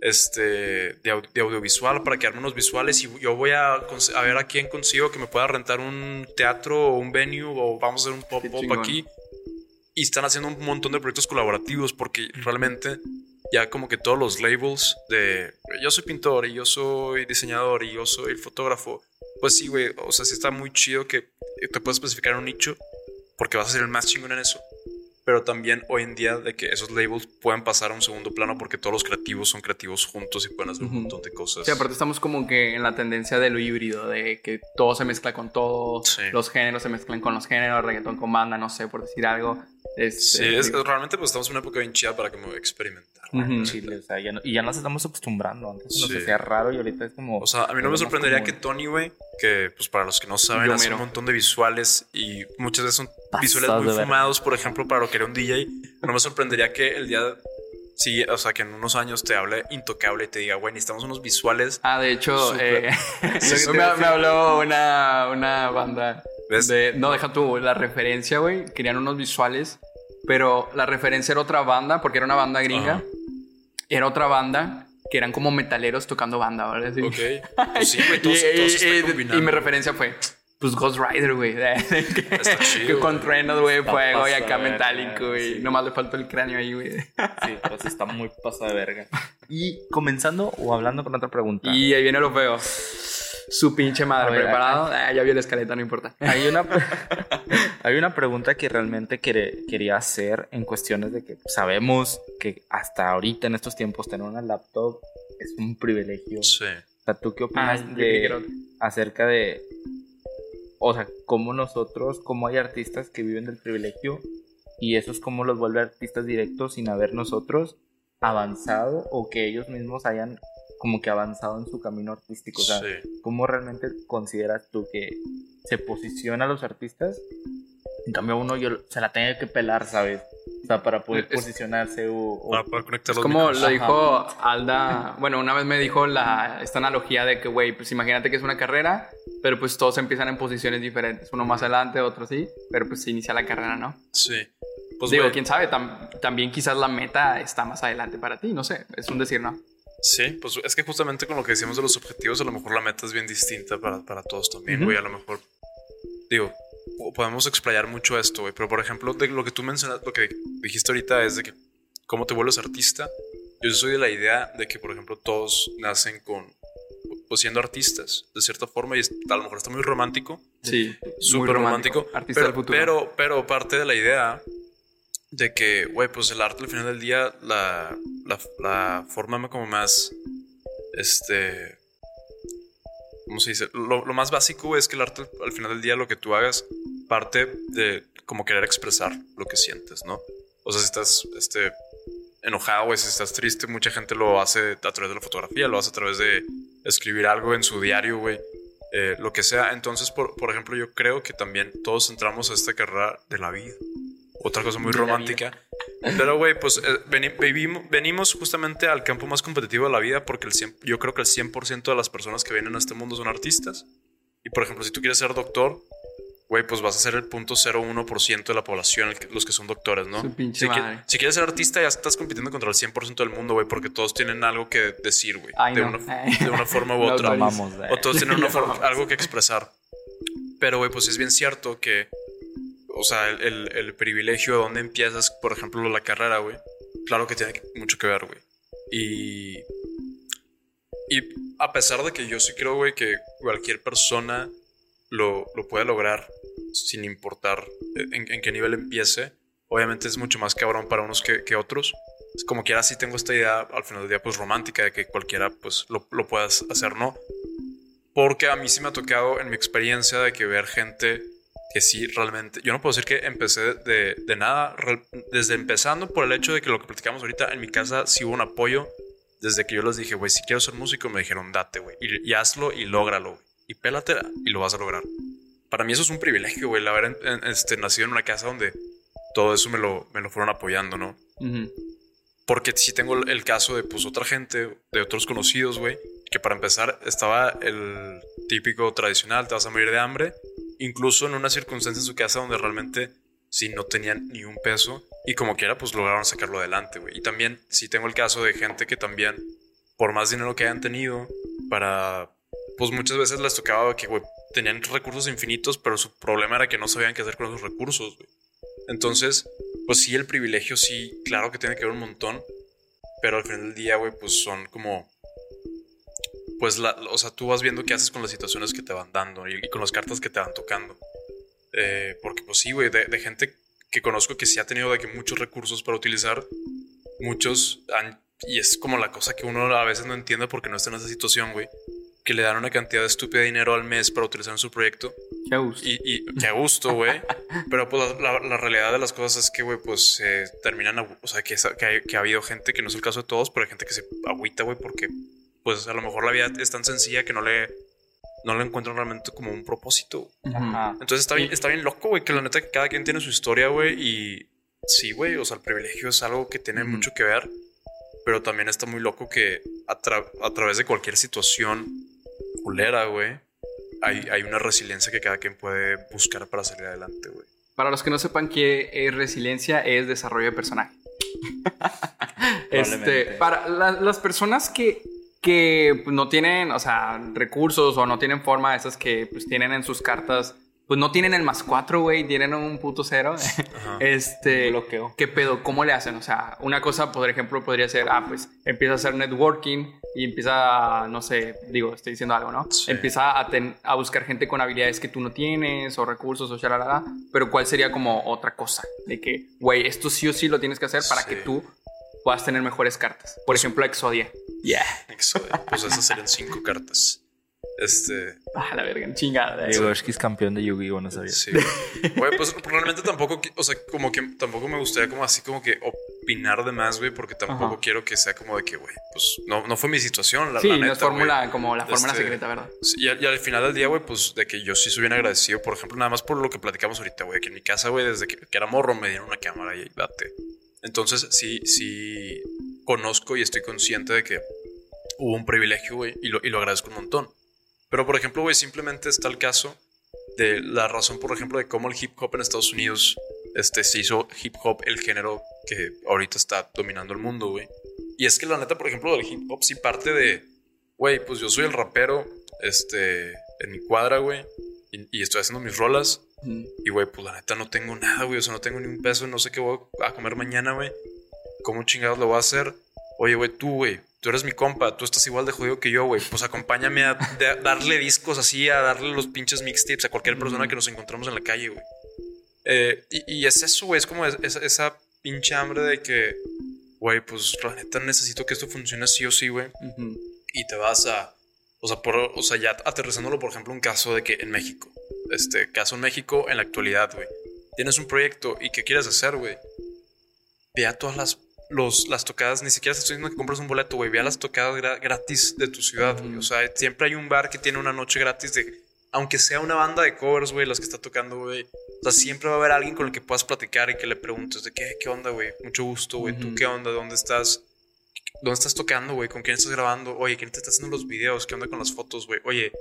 de audiovisual para crearme unos visuales, y yo voy a ver a quién consigo que me pueda rentar un teatro o un venue, o vamos a hacer un pop-up aquí. Y están haciendo un montón de proyectos colaborativos porque realmente ya como que todos los labels de yo soy pintor y yo soy diseñador y yo soy fotógrafo, pues sí, güey, o sea, sí está muy chido que te puedes especificar en un nicho porque vas a ser el más chingón en eso. Pero también hoy en día de que esos labels pueden pasar a un segundo plano porque todos los creativos son creativos juntos y pueden hacer un montón de cosas. Sí, aparte estamos como que en la tendencia de lo híbrido, de que todo se mezcla con todo, Sí. los géneros se mezclan con los géneros, reggaetón con banda, no sé, por decir algo. Sí, realmente pues estamos en una época bien chida para como experimentar. Ujú. Chile, o sea, y ya nos estamos acostumbrando. Antes nos Sí. hacía raro y ahorita es como... O sea, a mí no me sorprendería que Tony, güey, que pues para los que no saben, Yo hace mero. un montón de visuales y muchas veces son Pasados visuales de muy verga. fumados, por ejemplo, para lo que era un DJ. No me sorprendería que el día sí, o sea, que en unos años te hable Intocable y te diga, güey, necesitamos unos visuales. Ah, de hecho, Súper. me habló una banda ¿Ves? no, deja tú, la referencia, güey, querían unos visuales, pero la referencia era otra banda, porque era una banda gringa, Ajá. era otra banda que eran como metaleros tocando banda, ¿verdad? Sí. Ok. Pues sí, güey, todo se está combinando. Y mi referencia fue, pues Ghost Rider, güey. Está chido, Que con güey. truenos, güey, Está fuego y pasado acá de verga, metálico, güey. sí. Nomás le faltó el cráneo ahí, güey. Sí, pues está muy pasado de verga. Y comenzando o hablando con otra pregunta. Y ahí viene lo feo. Su pinche madre, A ver, ¿preparado? Ya vio la escaleta, no importa. Hay una pregunta que realmente quería hacer en cuestiones de que sabemos que hasta ahorita en estos tiempos tener una laptop es un privilegio. Sí. O sea, ¿tú qué opinas yo creí que era- acerca de, o sea, cómo nosotros, cómo hay artistas que viven del privilegio y eso es cómo los vuelve artistas directos sin haber nosotros avanzado o que ellos mismos hayan como que avanzado en su camino artístico? O sea, Sí. ¿cómo realmente consideras tú que se posiciona a los artistas? En cambio uno se la tiene que pelar, ¿sabes? O sea, para poder Es- posicionarse o Para poder conectar Es los como micros. lo dijo Alda. Bueno, una vez me dijo esta analogía de que, güey, pues imagínate que es una carrera, pero pues todos empiezan en posiciones diferentes. Uno más adelante, otro sí, pero pues se inicia la carrera, ¿no? Sí. Pues, Digo, güey, quién sabe, también quizás la meta está más adelante para ti, no sé, es un decir, ¿no? sí, pues es que justamente con lo que decíamos de los objetivos, a lo mejor la meta es bien distinta para todos también, Ujú. güey. A lo mejor, digo, podemos explayar mucho esto, güey. Pero por ejemplo, de lo que tú mencionas, lo que dijiste ahorita es de que cómo te vuelves artista. Yo soy de la idea de que, por ejemplo, todos nacen pues siendo artistas, de cierta forma, y a lo mejor está muy romántico, Sí, súper romántico, Artista del futuro. pero parte de la idea de que, güey, pues el arte al final del día, la forma como más, ¿cómo se dice? Lo más básico, güey, es que el arte, al final del día, lo que tú hagas, parte de como querer expresar lo que sientes, ¿no? O sea, si estás enojado, güey, si estás triste, mucha gente lo hace a través de la fotografía, lo hace a través de escribir algo en su diario, güey, lo que sea. Entonces, por ejemplo, yo creo que también todos entramos a esta carrera de la vida. Otra cosa muy romántica. Pero, güey, pues venimos justamente al campo más competitivo de la vida porque yo creo que el 100% de las personas que vienen a este mundo son artistas. Y, por ejemplo, si tú quieres ser doctor, güey, pues vas a ser el 0.01% de la población, los que son doctores, ¿no? Su pinche madre. Si quieres ser artista, ya estás compitiendo contra el 100% del mundo, güey, porque todos tienen algo que decir, güey. De una forma u otra. O todos tienen algo que expresar. Pero, güey, pues es bien cierto que, o sea, el privilegio de donde empiezas, por ejemplo, la carrera, güey, claro que tiene mucho que ver, güey. Y a pesar de que yo sí creo, güey, que cualquier persona lo puede lograr sin importar en qué nivel empiece, obviamente es mucho más cabrón para unos que otros. Es como quiera, sí tengo esta idea al final del día, pues romántica, de que cualquiera pues lo puedas hacer, ¿no? Porque a mí sí me ha tocado en mi experiencia de que ver gente que sí realmente, yo no puedo decir que empecé de nada, desde empezando por el hecho de que lo que platicamos ahorita, en mi casa sí hubo un apoyo desde que yo les dije, güey, si quiero ser músico, me dijeron, date, güey, y hazlo y lógralo, güey, y pélatela y lo vas a lograr. Para mí eso es un privilegio, güey, el haber nacido en una casa donde todo eso me lo fueron apoyando, ¿no? Uh-huh. Porque sí tengo el caso de pues otra gente, de otros conocidos, güey, que para empezar estaba el típico tradicional, te vas a morir de hambre, incluso en una circunstancia en su casa donde realmente sí no tenían ni un peso y como quiera pues lograron sacarlo adelante, güey. Y también sí tengo el caso de gente que también, por más dinero que hayan tenido, pues muchas veces les tocaba que, güey, tenían recursos infinitos, pero su problema era que no sabían qué hacer con esos recursos, güey. Entonces, pues sí, el privilegio sí, claro que tiene que ver un montón, pero al final del día, güey, pues son como, pues, o sea, tú vas viendo qué haces con las situaciones que te van dando y con las cartas que te van tocando. Porque, pues sí, güey, de gente que conozco que sí ha tenido de que muchos recursos para utilizar, muchos y es como la cosa que uno a veces no entiende porque no está en esa situación, güey, que le dan una cantidad de estúpida de dinero al mes para utilizar en su proyecto. Qué a gusto. Y qué a gusto, güey. Pero pues la realidad de las cosas es que, güey, pues terminan, o sea, que ha habido gente, que no es el caso de todos, pero hay gente que se agüita, güey, porque pues a lo mejor la vida es tan sencilla que no le encuentran realmente como un propósito. Ajá. Entonces está bien loco, güey, que la neta que cada quien tiene su historia, güey, y sí, güey, o sea, el privilegio es algo que tiene mucho que ver, pero también está muy loco que a través de cualquier situación culera, güey, hay una resiliencia que cada quien puede buscar para salir adelante, güey. Para los que no sepan qué es resiliencia, es desarrollo de personaje. Para las personas que pues, no tienen, o sea, recursos o no tienen forma, esas que pues tienen en sus cartas, pues no tienen el +4, güey, tienen un puto 0. Bloqueo. ¿Qué pedo? ¿Cómo le hacen? O sea, una cosa, por ejemplo, podría ser, pues empieza a hacer networking y empieza, no sé, digo, estoy diciendo algo, ¿no? Sí. Empieza a buscar gente con habilidades que tú no tienes o recursos o shalala, pero ¿cuál sería como otra cosa? De que, güey, esto sí o sí lo tienes que hacer para que tú puedas tener mejores cartas. Por ejemplo, Exodia. Yeah. Exodia. Pues esas serían 5 cartas. La verga, chingada. Yoshki es campeón de Yu-Gi-Oh, no sabía. Sí. Güey, pues realmente tampoco, o sea, como que tampoco me gustaría como así como que opinar de más, güey, porque tampoco quiero que sea como de que, güey, pues no fue mi situación, la neta, no es fórmula, güey. Como la fórmula secreta, ¿verdad? Sí, y al final del día, güey, pues de que yo sí soy bien agradecido, por ejemplo, nada más por lo que platicamos ahorita, güey, que en mi casa, güey, desde que era morro me dieron una cámara y date. Entonces, sí conozco y estoy consciente de que hubo un privilegio, güey, y lo agradezco un montón. Pero, por ejemplo, güey, simplemente está el caso de la razón, por ejemplo, de cómo el hip hop en Estados Unidos se hizo hip hop el género que ahorita está dominando el mundo, güey. Y es que la neta, por ejemplo, del hip hop sí parte de, güey, pues yo soy el rapero, en mi cuadra, güey, y estoy haciendo mis rolas. Y, güey, pues la neta no tengo nada, güey, o sea, no tengo ni un peso, no sé qué voy a comer mañana, güey. ¿Cómo chingados lo voy a hacer? Oye, güey, tú eres mi compa, tú estás igual de jodido que yo, güey. Pues acompáñame a darle discos así, a darle los pinches mixtapes a cualquier persona que nos encontramos en la calle, güey. Y es eso, güey, es como esa pinche hambre de que, güey, pues la neta necesito que esto funcione sí o sí, güey. Y te vas a O sea, ya aterrizándolo, por ejemplo, un caso de que en México, caso en México en la actualidad, güey, tienes un proyecto y ¿qué quieres hacer, güey? Ve a todas las tocadas, ni siquiera te estoy diciendo que compres un boleto, güey, ve a las tocadas gratis de tu ciudad, güey. O sea, siempre hay un bar que tiene una noche gratis aunque sea una banda de covers, güey, las que está tocando, güey. O sea, siempre va a haber alguien con el que puedas platicar y que le preguntes de qué onda, güey. Mucho gusto, güey. ¿Tú qué onda? ¿Dónde estás? ¿Dónde estás tocando, güey? ¿Con quién estás grabando? Oye, ¿quién te está haciendo los videos? ¿Qué onda con las fotos, güey? Oye,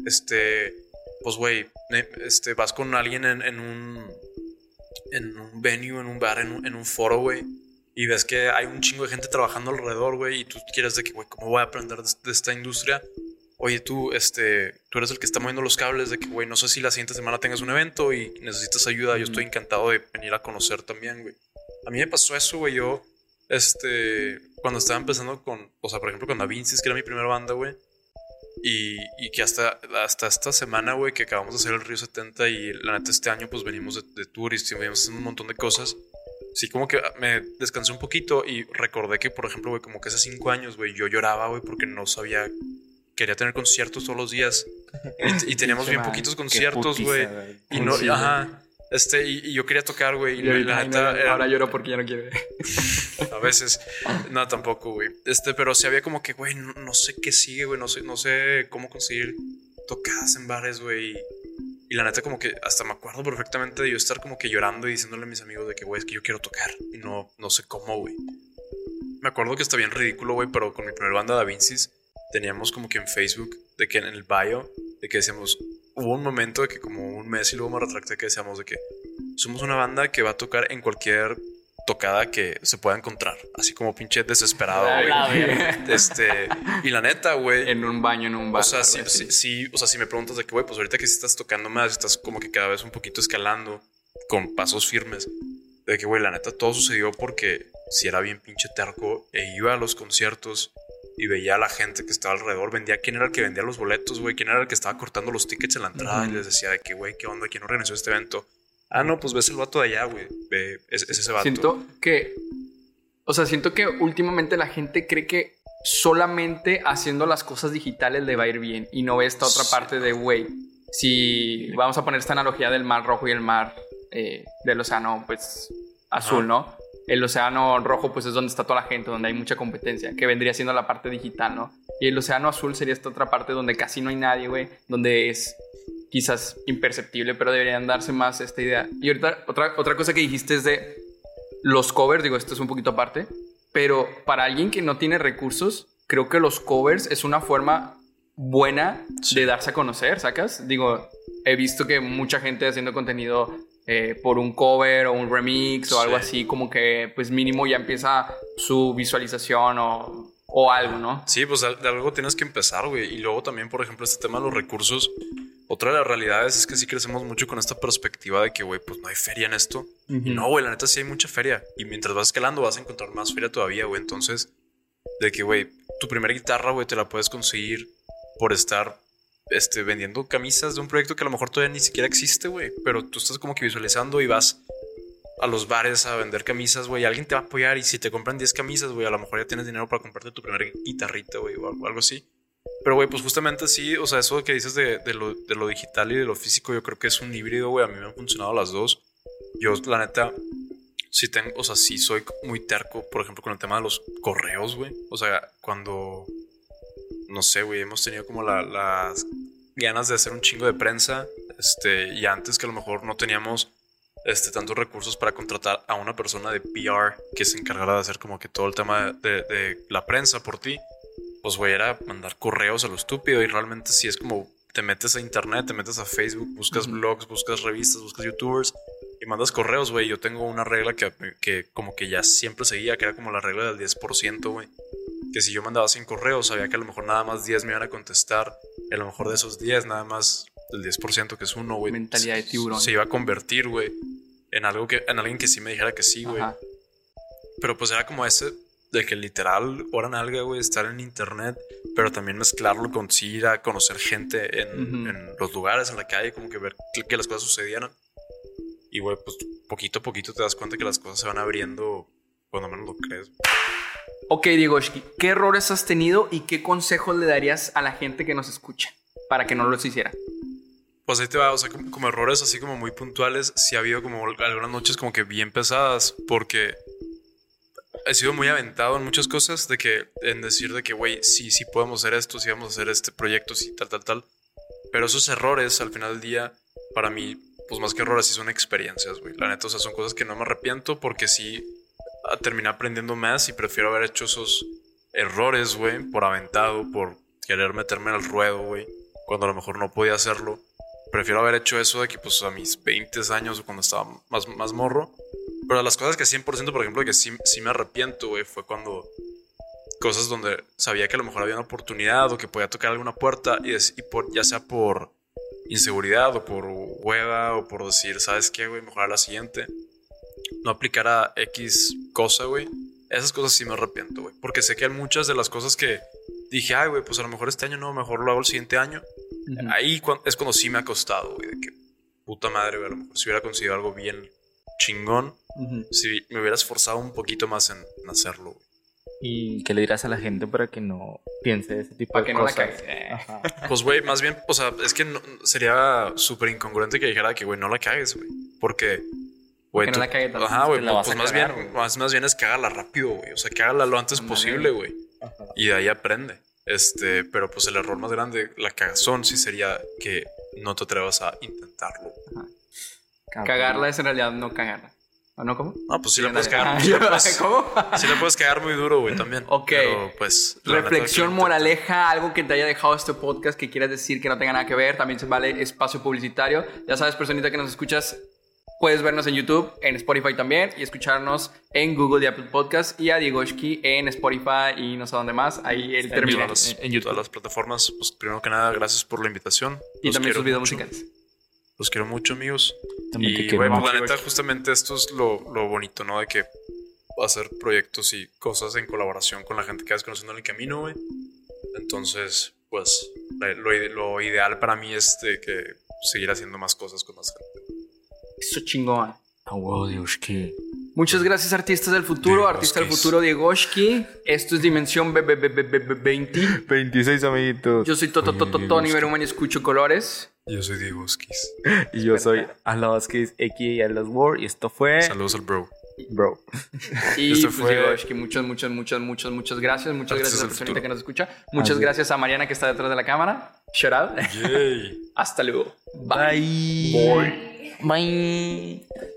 pues, güey, vas con alguien en un venue, en un bar, en un foro, güey, y ves que hay un chingo de gente trabajando alrededor, güey, y tú quieres de que, güey, ¿cómo voy a aprender de esta industria? Oye, tú eres el que está moviendo los cables de que, güey, no sé si la siguiente semana tengas un evento y necesitas ayuda. Yo estoy encantado de venir a conocer también, güey. A mí me pasó eso, güey. Yo, cuando estaba empezando o sea, por ejemplo, con Da Vinci, que era mi primera banda, güey. Y que hasta esta semana, güey, que acabamos de hacer el Río 70 y la neta este año, pues venimos de tour y venimos haciendo un montón de cosas. Sí, como que me descansé un poquito y recordé que, por ejemplo, güey, como que hace 5 años, güey, yo lloraba, güey, porque no sabía... Quería tener conciertos todos los días y teníamos bien poquitos conciertos, güey. Y no, ajá. Y yo quería tocar, güey. Y la neta, ahora lloro porque ya no quiero. A veces, no, tampoco, güey. Pero sí había como que, güey, no sé qué sigue, güey. No sé cómo conseguir tocadas en bares, güey. Y la neta, como que hasta me acuerdo perfectamente de yo estar como que llorando y diciéndole a mis amigos de que, güey, es que yo quiero tocar. Y no sé cómo, güey. Me acuerdo que está bien ridículo, güey, pero con mi primer banda Da Vincis teníamos como que en Facebook, de que en el bio, de que decíamos, hubo un momento de que como un mes y luego me retracté que decíamos de que somos una banda que va a tocar en cualquier tocada que se pueda encontrar, así como pinche desesperado, güey. Y la neta, güey, en un baño, en un bar. O sea, sí, o sea, si me preguntas de que, güey, pues ahorita que sí estás tocando más, estás como que cada vez un poquito escalando con pasos firmes, de que, güey, la neta todo sucedió porque si era bien pinche terco e iba a los conciertos y veía a la gente que estaba alrededor, quién era el que vendía los boletos, güey, quién era el que estaba cortando los tickets en la entrada, y les decía de que, güey, ¿qué onda? ¿Quién organizó este evento? Ah, no, pues ves el vato de allá, güey, es ese vato. Siento que últimamente la gente cree que solamente haciendo las cosas digitales le va a ir bien y no ve esta otra parte de, güey, si vamos a poner esta analogía del mar rojo y el mar del océano, pues, azul, ¿no? El océano rojo, pues, es donde está toda la gente, donde hay mucha competencia, que vendría siendo la parte digital, ¿no? Y el océano azul sería esta otra parte donde casi no hay nadie, güey, donde es quizás imperceptible, pero deberían darse más esta idea. Y ahorita, otra cosa que dijiste es de los covers, digo, esto es un poquito aparte, pero para alguien que no tiene recursos, creo que los covers es una forma buena de darse a conocer, ¿sacas? Digo, he visto que mucha gente haciendo contenido por un cover o un remix o algo así, como que pues mínimo ya empieza su visualización o algo, ¿no? Sí, pues de algo tienes que empezar, güey. Y luego también, por ejemplo, este tema de los recursos. Otra de las realidades es que sí crecemos mucho con esta perspectiva de que, güey, pues no hay feria en esto. Y no, güey, la neta sí hay mucha feria. Y mientras vas escalando vas a encontrar más feria todavía, güey. Entonces, de que, güey, tu primera guitarra, güey, te la puedes conseguir por estar vendiendo camisas de un proyecto que a lo mejor todavía ni siquiera existe, güey. Pero tú estás como que visualizando y vas a los bares a vender camisas, güey. Alguien te va a apoyar y si te compran 10 camisas, güey, a lo mejor ya tienes dinero para comprarte tu primera guitarrita, güey, o algo así. Pero, güey, pues justamente sí, o sea, eso que dices de lo digital y de lo físico, yo creo que es un híbrido, güey. A mí me han funcionado las dos. Yo, la neta, sí tengo, o sea, sí soy muy terco, por ejemplo, con el tema de los correos, güey. O sea, cuando, no sé, güey, hemos tenido como las ganas de hacer un chingo de prensa, y antes que a lo mejor no teníamos tantos recursos para contratar a una persona de PR que se encargara de hacer como que todo el tema de la prensa por ti. Pues, güey, era mandar correos a lo estúpido. Y realmente sí es como te metes a internet, te metes a Facebook, buscas blogs, buscas revistas, buscas youtubers y mandas correos, güey. Yo tengo una regla que como que ya siempre seguía, que era como la regla del 10%, güey. Que si yo mandaba 100 correos, sabía que a lo mejor nada más 10 me iban a contestar. Y a lo mejor de esos 10, nada más el 10%, que es uno, güey. Mentalidad de tiburón. Se iba a convertir, güey, en alguien que sí me dijera que sí, güey. Pero pues era como ese de que literal, hora nalga, güey, estar en internet, pero también mezclarlo con sí ir a conocer gente en los lugares, en la calle, como que ver que las cosas sucedieran. Y, güey, pues poquito a poquito te das cuenta que las cosas se van abriendo cuando menos lo crees. Ok, Diegoshki, ¿qué errores has tenido y qué consejos le darías a la gente que nos escucha para que no los hiciera? Pues ahí te va, o sea, como errores así como muy puntuales. Sí ha habido como algunas noches como que bien pesadas, porque he sido muy aventado en muchas cosas, en decir de que, güey, sí podemos hacer esto, sí vamos a hacer este proyecto, sí, tal. Pero esos errores, al final del día, para mí, pues más que errores, sí son experiencias, güey. La neta, o sea, son cosas que no me arrepiento porque sí terminé aprendiendo más y prefiero haber hecho esos errores, güey, por aventado, por querer meterme en el ruedo, güey, cuando a lo mejor no podía hacerlo. Prefiero haber hecho eso de que, pues, a mis 20 años o cuando estaba más morro. Pero de las cosas que 100%, por ejemplo, que sí me arrepiento, güey, fue cuando cosas donde sabía que a lo mejor había una oportunidad o que podía tocar alguna puerta ya sea por inseguridad o por hueva o por decir, ¿sabes qué, güey? Mejor a la siguiente. No aplicar a X cosa, güey. Esas cosas sí me arrepiento, güey. Porque sé que hay muchas de las cosas que dije, ay, güey, pues a lo mejor este año no, mejor lo hago el siguiente año. Ahí es cuando sí me ha costado, güey, de que puta madre, güey, a lo mejor si hubiera conseguido algo bien chingón, si me hubiera esforzado un poquito más en hacerlo, güey. ¿Y qué le dirás a la gente para que no piense ese tipo de cosas? Para que no la cagues. Pues, güey, más bien, o sea, es que sería súper incongruente que dijera que, güey, no la cagues, güey. Porque, güey, que no la cagues tanto. Ajá, güey, Te la vas pues a más cagar, bien, más bien es cágala rápido, güey. O sea, cágala lo antes posible, güey. Y de ahí aprende. Pero pues el error más grande, la cagazón, sí sería que no te atrevas a intentarlo. Cagarla es en realidad no cagarla. ¿O no? ¿Cómo? No, pues sí la puedes cagar. ¿Cómo? Sí la puedes cagar muy duro, güey, también. Ok. Pero pues. Reflexión, moraleja, algo que te haya dejado este podcast que quieras decir que no tenga nada que ver. También se vale espacio publicitario. Ya sabes, personita que nos escuchas, puedes vernos en YouTube, en Spotify también, y escucharnos en Google y Apple Podcast, y a Diegoshki en Spotify y no sé dónde más. Ahí él termina. En YouTube. Todas las plataformas. Pues primero que nada, gracias por la invitación. Y también sus videos musicales. Los quiero mucho, amigos. También te Y, quiero güey, pues mucho. la neta, justamente esto es lo bonito, ¿no? De que hacer proyectos y cosas en colaboración con la gente que vas conociendo en el camino, güey. Entonces, pues, lo ideal para mí es de que seguir haciendo más cosas con más gente. Eso chingón. Oh, Dios, qué. Muchas gracias, artistas del futuro. Artista del futuro, Diegoshki. Esto es Dimensión 20. 26 amiguitos. Yo soy Tony Veruman y escucho colores. Yo soy Diego Skis. Y yo soy Alaskis, a.k.a. Alas War. Y esto fue... Saludos al bro. Bro. Y Esto pues fue- Diegoshki, muchas gracias. Muchas gracias a la del personita futuro. que nos escucha. Muchas gracias a Mariana que está detrás de la cámara. Shout out. Yay. Hasta luego. Bye. Bye. Bye.